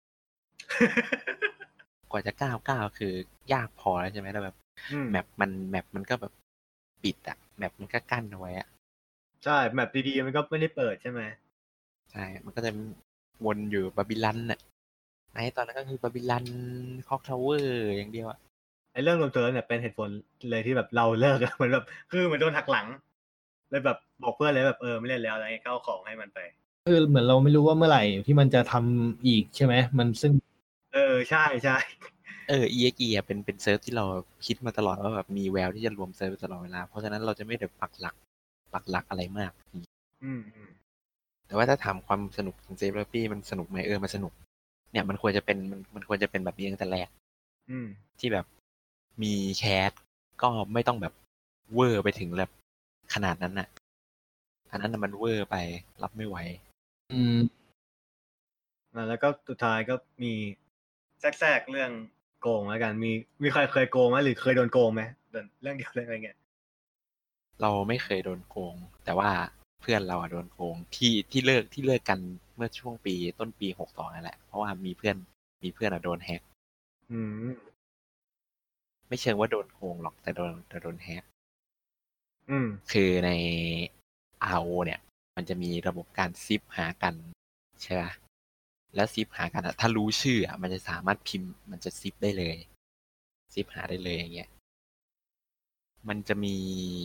D: กว่าจะก้าวก้าวคือยากพอแล้วใช่ไหมแล้วแบบแมปมันแมปมันก็แบบปิดอ่ะแมปมันก็กั้นเอาไว้อ่ะ
B: ใช่แมปดีๆมันก็ไม่ได้เปิดใช่ไหม
D: ใช่มันก็จะวนอยู่บาบิลันน่ะไอ้ตอนนั้นก็คือบาบิลันคอกทาวเวอร์อย่างเดียวอ่ะ
B: ไอ้เรื่องรวมเซิร์ฟเนี่ยเป็นเหตุผลเลยที่แบบเราเลิกเหมือนแบบคือเหมือนโดนหักหลังเลยแบบบอกเพื่อนเลยแบบเออไม่เล่นแล้วอะไรเงี้ยก็เอาของให้มันไป
C: คือเหมือนเราไม่รู้ว่าเมื่อไหร่ที่มันจะทำอีกใช่ไหมมันซึ่ง
B: เออใช่ใช่
D: เออ อี เอ็กซ์ อี อ่ะเป็นเป็นเซิร์ฟที่เราคิดมาตลอดว่าแบบมีแววที่จะรวมเซิร์ฟตลอดเวลาเพราะฉะนั้นเราจะไม่ได้ปักหลักปักหลักอะไรมาก
B: อืมอืม
D: แต่ว่าถ้าถามความสนุกของเซฟแล้วพี่มันสนุกไหมเออมันสนุกเนี่ยมันควรจะเป็นมันมันควรจะเป็นแบบนี้ตั้งแต่แรก
B: อืม
D: ที่แบบมีแคสก็ไม่ต้องแบบเวอร์ไปถึงแบบขนาดนั้นน่ะอันนั้นมันเวอร์ไปรับไม่ไหว
C: อืม
B: แล้วก็สุดท้ายก็มีแทรกๆเรื่องโกงแล้วกันมีมีใครเคยโกงไหมหรือเคยโดนโกงไหมเรื่องเดียวเรื่องอะไรเงี้ย
D: เราไม่เคยโดนโกงแต่ว่าเพื่อนเราอะโดนโกงที่ที่เลิกที่เลิกกันเมื่อช่วงปีต้นปีหกสองนั่นแหละเพราะว่ามีเพื่อนมีเพื่อนอะโดนแฮก
B: อืม
D: ไม่เชิงว่าโดนโกงหรอกแต่โดนแต่โดนแฮก
B: อืม
D: คือใน อาร์ โอ เนี่ยมันจะมีระบบการซิปหากันใช่ป่ะแล้วซิปหากันอะถ้ารู้ชื่ออะมันจะสามารถพิมพ์มันจะซิปได้เลยซิปหาได้เลยอย่างเงี้ยมันจะมี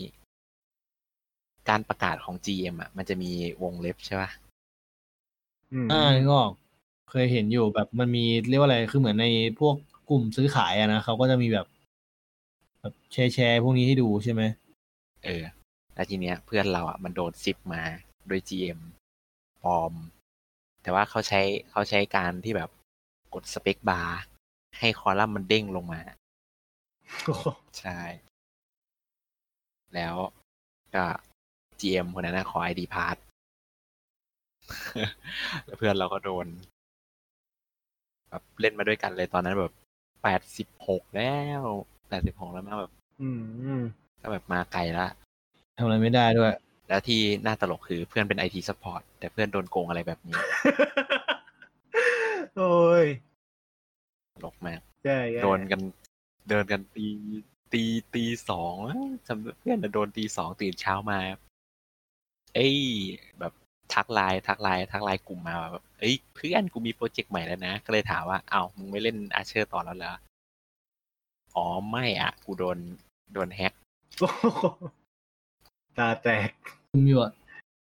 D: การประกาศของ จี เอ็ม อ่ะมันจะมีวงเล็บใช่ป่ะ
C: อ่านึกออกเคยเห็นอยู่แบบมันมีเรียกว่าอะไรคือเหมือนในพวกกลุ่มซื้อขายอะนะเขาก็จะมีแบบแบบแชร์แชร์พวกนี้ให้ดูใช่ไหม
D: เออแล้วทีเนี้ยเพื่อนเราอ่ะมันโดนซิปมาโดย จี เอ็ม ปลอมแต่ว่าเขาใช้เขาใช้การที่แบบกดสเปคบาร์ให้คอลัมน์มันเด้งลงมาใช่แล้วก็ จี เอ็ม คนนั้นนะขอ ไอ ดี Pass แล้วเพื่อนเราก็โดนแบบเล่นมาด้วยกันเลยตอนนั้นแบบแปดสิบหกแล้วแปดสิบหกแล้วมาแบบ
B: อืม
D: ก็แบบมาไกลละ
C: ทำอะไรไม่ได้ด้วย
D: แล้วที่น่าตลกคือเพื่อนเป็น ไอ ที Support แต่เพื่อนโดนโกงอะไรแบบนี้
B: โอ้ย
D: ตลกมาก
B: ใช่
D: โดนกันเดินกันตีตีตีสองจำเพื่อนโดนตีสองตื่นเช้ามาเอ้ยแบบทักไลน์ทักไลน์ทักไลน์กลุ่มมาแบบเอ้ยเพื่อนกูมีโปรเจกต์ใหม่แล้วนะก็เลยถามว่าเอ้ามึงไม่เล่นอาเชอร์ต่อแล้วเหรออ๋อไม่อ่ะกูโดนโดนแฮก
B: ตาแตก
C: คุมอยู่อะ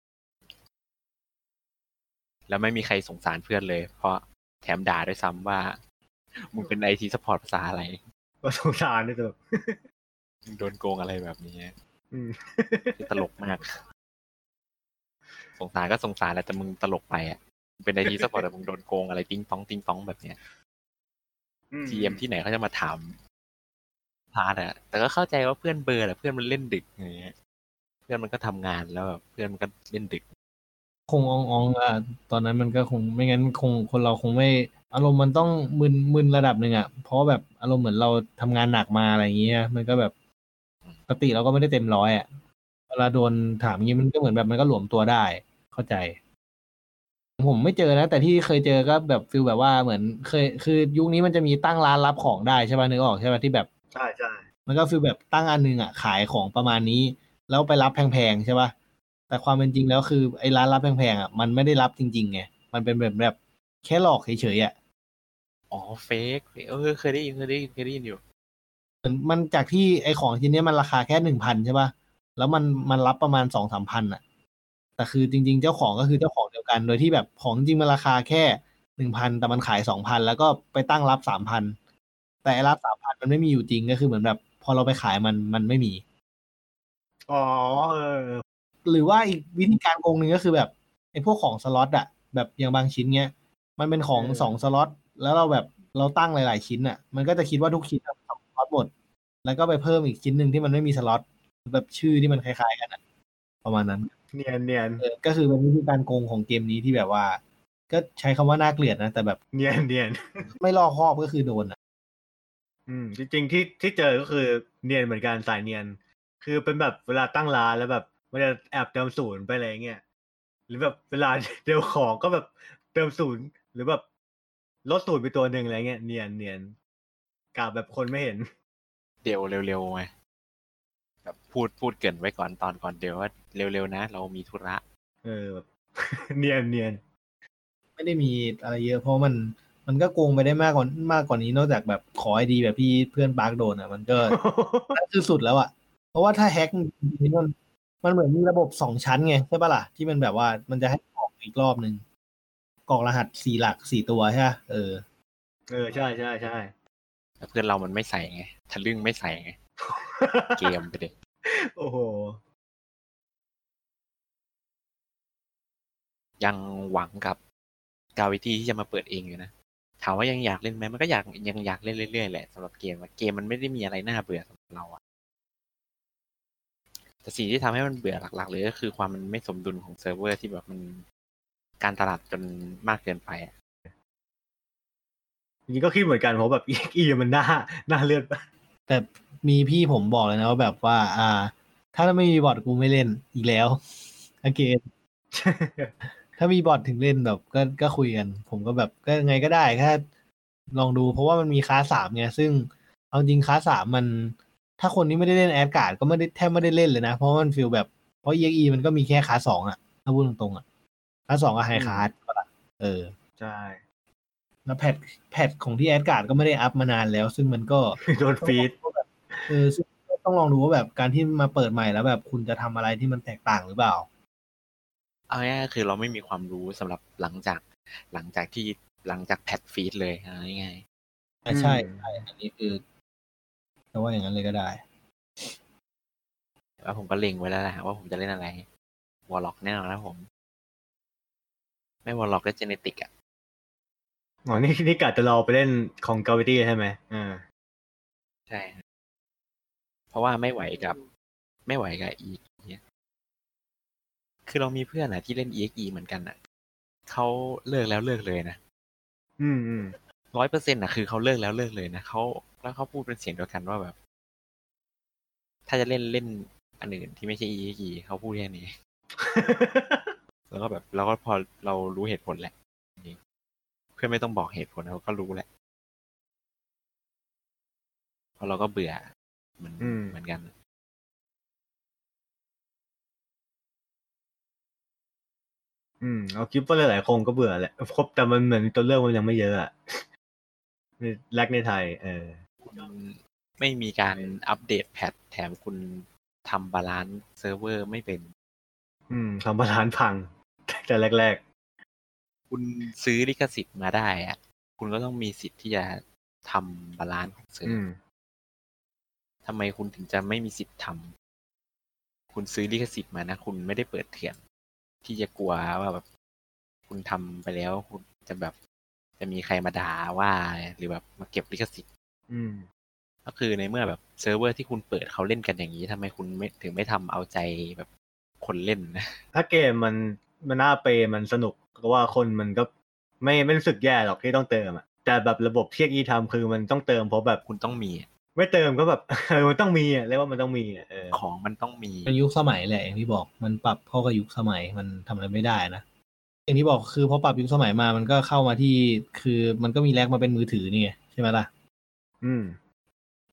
D: แล้วไม่มีใครสงสารเพื่อนเลยเพราะแถมด่าด้วยซ้ำว่ามึงเป็นไอทีซัพพอร์ตภาษาอะไร
B: ก็สงสารด้วยตัว
D: มึงโดนโกงอะไรแบบนี้
B: อืม
D: ตลกมากสงสารก็สงสารแหละแต่มึงตลกไปอ่ะเป็นไอทีซัพพอร์ตแต่มึงโดนโกงอะไรติ้งต้องติ้งต้องแบบเนี้ย จี เอ็ม ที่ไหนเขาจะมาถามพาร์ทอะแต่ก็เข้าใจว่าเพื่อนเบอร์แหละเพื่อนมันเล่นดึกอย่างเงี้ยเพื่อนมันก็ทำงานแล้วแบบเพื่อนมันก็เล่นดึก
C: คงอ่องๆอ่ะตอนนั้นมันก็คงไม่งั้นคงคนเราคงไม่อารมณ์มันต้องมึนมึนระดับหนึ่งอ่ะเพราะแบบอารมณ์เหมือนเราทำงานหนักมาอะไรอย่างเงี้ยมันก็แบบปกติเราก็ไม่ได้เต็มร้อยอ่ะเวลาโดนถามอย่างงี้มันก็เหมือนแบบมันก็หลวมตัวได้เข้าใจผมไม่เจอนะแต่ที่เคยเจอก็แบบฟิลแบบว่าเหมือนเคยคือยุคนี้มันจะมีตั้งร้านรับของได้ใช่ป่ะนึกออกใช่ป่ะที่แบบ
B: ใช่ใช่
C: มันก็ฟีลแบบตั้งอันนึงอ่ะขายของประมาณนี้แล้วไปรับแพงๆใช่ป่ะแต่ความเป็นจริงแล้วคือไอ้ร้านรับแพงๆอ่ะมันไม่ได้รับจริงๆไงมันเป็นแบบแบบแค่หลอกเฉยๆอ่ะ
D: อ๋อเฟกเออเคยได้ยินเคยได้ยินเคยได้ยินอยู่
C: เหมือนมันจากที่ไอ้ของชิ้นนี้มันราคาแค่หนึ่งพันใช่ป่ะแล้วมันมันรับประมาณสองสามพันอ่ะแต่คือจริงๆเจ้าของก็คือเจ้าของเดียวกันโดยที่แบบของจริงมันราคาแค่ หนึ่งพัน แต่มันขาย สองพัน แล้วก็ไปตั้งรับ สามพัน แต่ไอ้รับ สามพัน มันไม่มีอยู่จริงก็คือเหมือนแบบพอเราไปขายมันมันไม่มี
B: อ๋อเออ
C: หรือว่าอีกวิธีการโกงนึงก็คือแบบไอ้พวกของสล็อตอะแบบอย่างบางชิ้นเงี้ยมันเป็นของสองสล็อตแล้วเราแบบเราตั้งหลายๆชิ้นอะมันก็จะคิดว่าทุกชิ้นเป็นสองสล็อตหมดแล้วก็ไปเพิ่มอีกชิ้นนึงที่มันไม่มีสล็อตแบบชื่อที่มันคล้ายๆกันอะประมาณนั้น
B: เนียนเนียน
C: เออก็คือเป็นวิธีการโกงของเกมนี้ที่แบบว่าก็ใช้คำว่าน่าเกลียดนะแต่แบบ
B: เนียนเนียน
C: ไม่ลอกครอบก็คือโดนอ่ะ
B: อืมจริงๆที่ที่เจอก็คือเนียนเหมือนกันสายเนียนคือเป็นแบบเวลาตั้งร้านแล้วแบบมันจะแอบเติมศูนย์ไปอะไรเงี้ยหรือแบบเวลาเดลของก็แบบเติมศูนย์หรือแบบลดศูนย์ไปตัวหนึ่งอะไรเงี้ยเนียนเนียนกาบแบบคนไม่เห็น
D: เดี๋ยวเร็วๆไงแบบพูดพูดเกินไว้ก่อนตอนก่อนเดี๋ยวว่าเร็วๆนะเรามีธุระ
B: เออแบบเนียนเนียน
C: ไม่ได้มีอะไรเยอะเพราะมันมันก็โกงไปได้มากกว่ามากกว่านี้นอกจากแบบขอไอดีแบบพี่เพื่อนปาร์คโดนอ่ะมันก็นั่นคือสุดแล้วอ่ะเพราะว่าถ้าแฮ็กนี่มันมันเหมือนมีระบบสองชั้นไงใช่ป่ะล่ะที่มันแบบว่ามันจะให้กรอกอีกรอบนึงกรอกรหัสสี่หลักสี่ตัวใช่ป่ะเออ
B: เออใช่ใช่ใช่
D: แต่เพื่อนเรามันไม่ใส่ไงทะลึ่งไม่ใส่ไงเกมไปดิ
B: โอ้โห
D: ยังหวังกับกาวิตี้ที่จะมาเปิดเองอยู่นะถามว่ายังอยากเล่นไหมมันก็อยากยังอยากเล่นเรื่อยๆแหละสำหรับเกมเกมมันไม่ได้มีอะไรน่าเบื่อสำหรับเราอะแต่สิ่งที่ทำให้มันเบื่อหลักๆเลยก็คือความมันไม่สมดุลของเซิร์ฟเวอร์ที่แบบมันการตลาดจนมากเกินไปอะ
B: จริงก็คิดเหมือนกันเพราะแบบ อี เอ็กซ์ อี มันน่าน่าเลื่อน
C: แต่มีพี่ผมบอกเลยนะว่าแบบว่าอ่าถ้าไม่มีบอทกูไม่เล่นอีกแล้วโอเคถ้ามีบอทถึงเล่นแบบก็ก็คุยกันผมก็แบบก็ไงก็ได้แค่ลองดูเพราะว่ามันมีคลาสสามไงซึ่งเอาจริงคลาสสามมันถ้าคนที่ไม่ได้เล่นแอดการ์ดก็ไม่ได้แทบไม่ได้เล่นเลยนะเพราะมันฟีลแบบเพราะ อี เอ็กซ์ อี มันก็มีแค่คลาสสองอ่ะถ้าพูดตรงๆอ่ะคลาสสองกับไฮคลาสเออ
B: ใช่
C: แล้วแพทแพทของที่แอดการ์ดก็ไม่ได้อัพมานานแล้วซึ่งมันก็
B: โดนฟีด
C: เออซึ่งต้องลองดูว่าแบบการที่มาเปิดใหม่แล้วแบบคุณจะทำอะไรที่มันแตกต่างหรือเปล่า
D: เอาง่ายๆคือเราไม่มีความรู้สำหรับหลังจากหลังจากที่หลังจากแพทฟีดเลยง่าย
C: ๆใช่ใช่อันนี้คือแต่ว่าอย่างนั้นเลยก็ได้
D: แล้วผมก็เล็งไว้แล้วแหละว่าผมจะเล่นอะไรวอลล็อกแน่นอนนะผมไม่วอลล็อกก็เจเนติกอ่ะ
B: อ๋อนี่นี่กะจะรอไปเล่นของกาวิตี้ใช่ไหมอ่า
D: ใช่เพราะว่าไม่ไหวกับไม่ไหวกับอีกเนี่ยคือเรามีเพื่อนอ่ะที่เล่น อี เอ็กซ์ อี เหมือนกันอ่ะเขาเลิกแล้วเลิกเลยนะ
B: อืมอืม
D: ร้อยเปอร์เซ็นต์อ่ะคือเขาเลิกแล้วเลิกเลยนะเขาแล้วเขาพูดเป็นเสียงเดียวกันว่าแบบถ้าจะเล่นเล่นอันอื่นที่ไม่ใช่ อี เอ็กซ์ อี เขาพูดแค่นี้ แล้วก็แบบเราก็พอเรารู้เหตุผลแหละเพื่อนไม่ต้องบอกเหตุผลเราก็รู้แหละเพราะเราก็เบื่อเหมือนเหมือนกัน
B: อืมเอาคิดว่าหลายๆคนก็เบื่อแหละครบแต่มันเหมือนตัวเลือกมันยังไม่เยอะอะแรกในไทยเออ
D: ไม่มีการอัปเดตแพทแถมคุณทำบาลานซ์เซิร์ฟเวอร์ไม่เป็น
B: อืมทำบาลานซ์พังแต่แรก
D: ๆคุณซื้อลิขสิทธิ์มาได้อ่ะคุณก็ต้องมีสิทธิ์ที่จะทำบาลานซ์ของเซิร์ฟทำไมคุณถึงจะไม่มีสิทธิ์ทำคุณซื้อลิขสิทธิ์มานะคุณไม่ได้เปิดเถื่อนที่จะกลัวว่าแบบคุณทำไปแล้วคุณจะแบบจะมีใครมาด่าว่าหรือแบบมาเก็บลิขสิทธิ์ก็คือในเมื่อแบบเซิร์ฟเวอร์ที่คุณเปิดเขาเล่นกันอย่างนี้ทำไมคุณไม่ถึงไม่ทำเอาใจแบบคนเล่นนะ
B: ถ้าเกมมันมันน่าเปย์มันสนุกก็ว่าคนมันก็ไม่ไม่รู้สึกแย่หรอกที่ต้องเติมอ่ะแต่แบบระบบที่อีทำคือมันต้องเติมเพราะแบบ
D: คุณต้องมี
B: ไม่เติมก็แบบเออมันต้องมีอ่ะเรียกว่ามันต้องมีอ่ะ
D: ของมันต้องมี
C: เป็นยุคสมัยแหละอย่างที่บอกมันปรับเข้ากับยุคสมัยมันทำอะไรไม่ได้นะอย่างที่บอกคือพอปรับยุคสมัยมามันก็เข้ามาที่คือมันก็มีแลกมาเป็นมือถือนี่ไงใช่ไหมล่ะ
B: อืม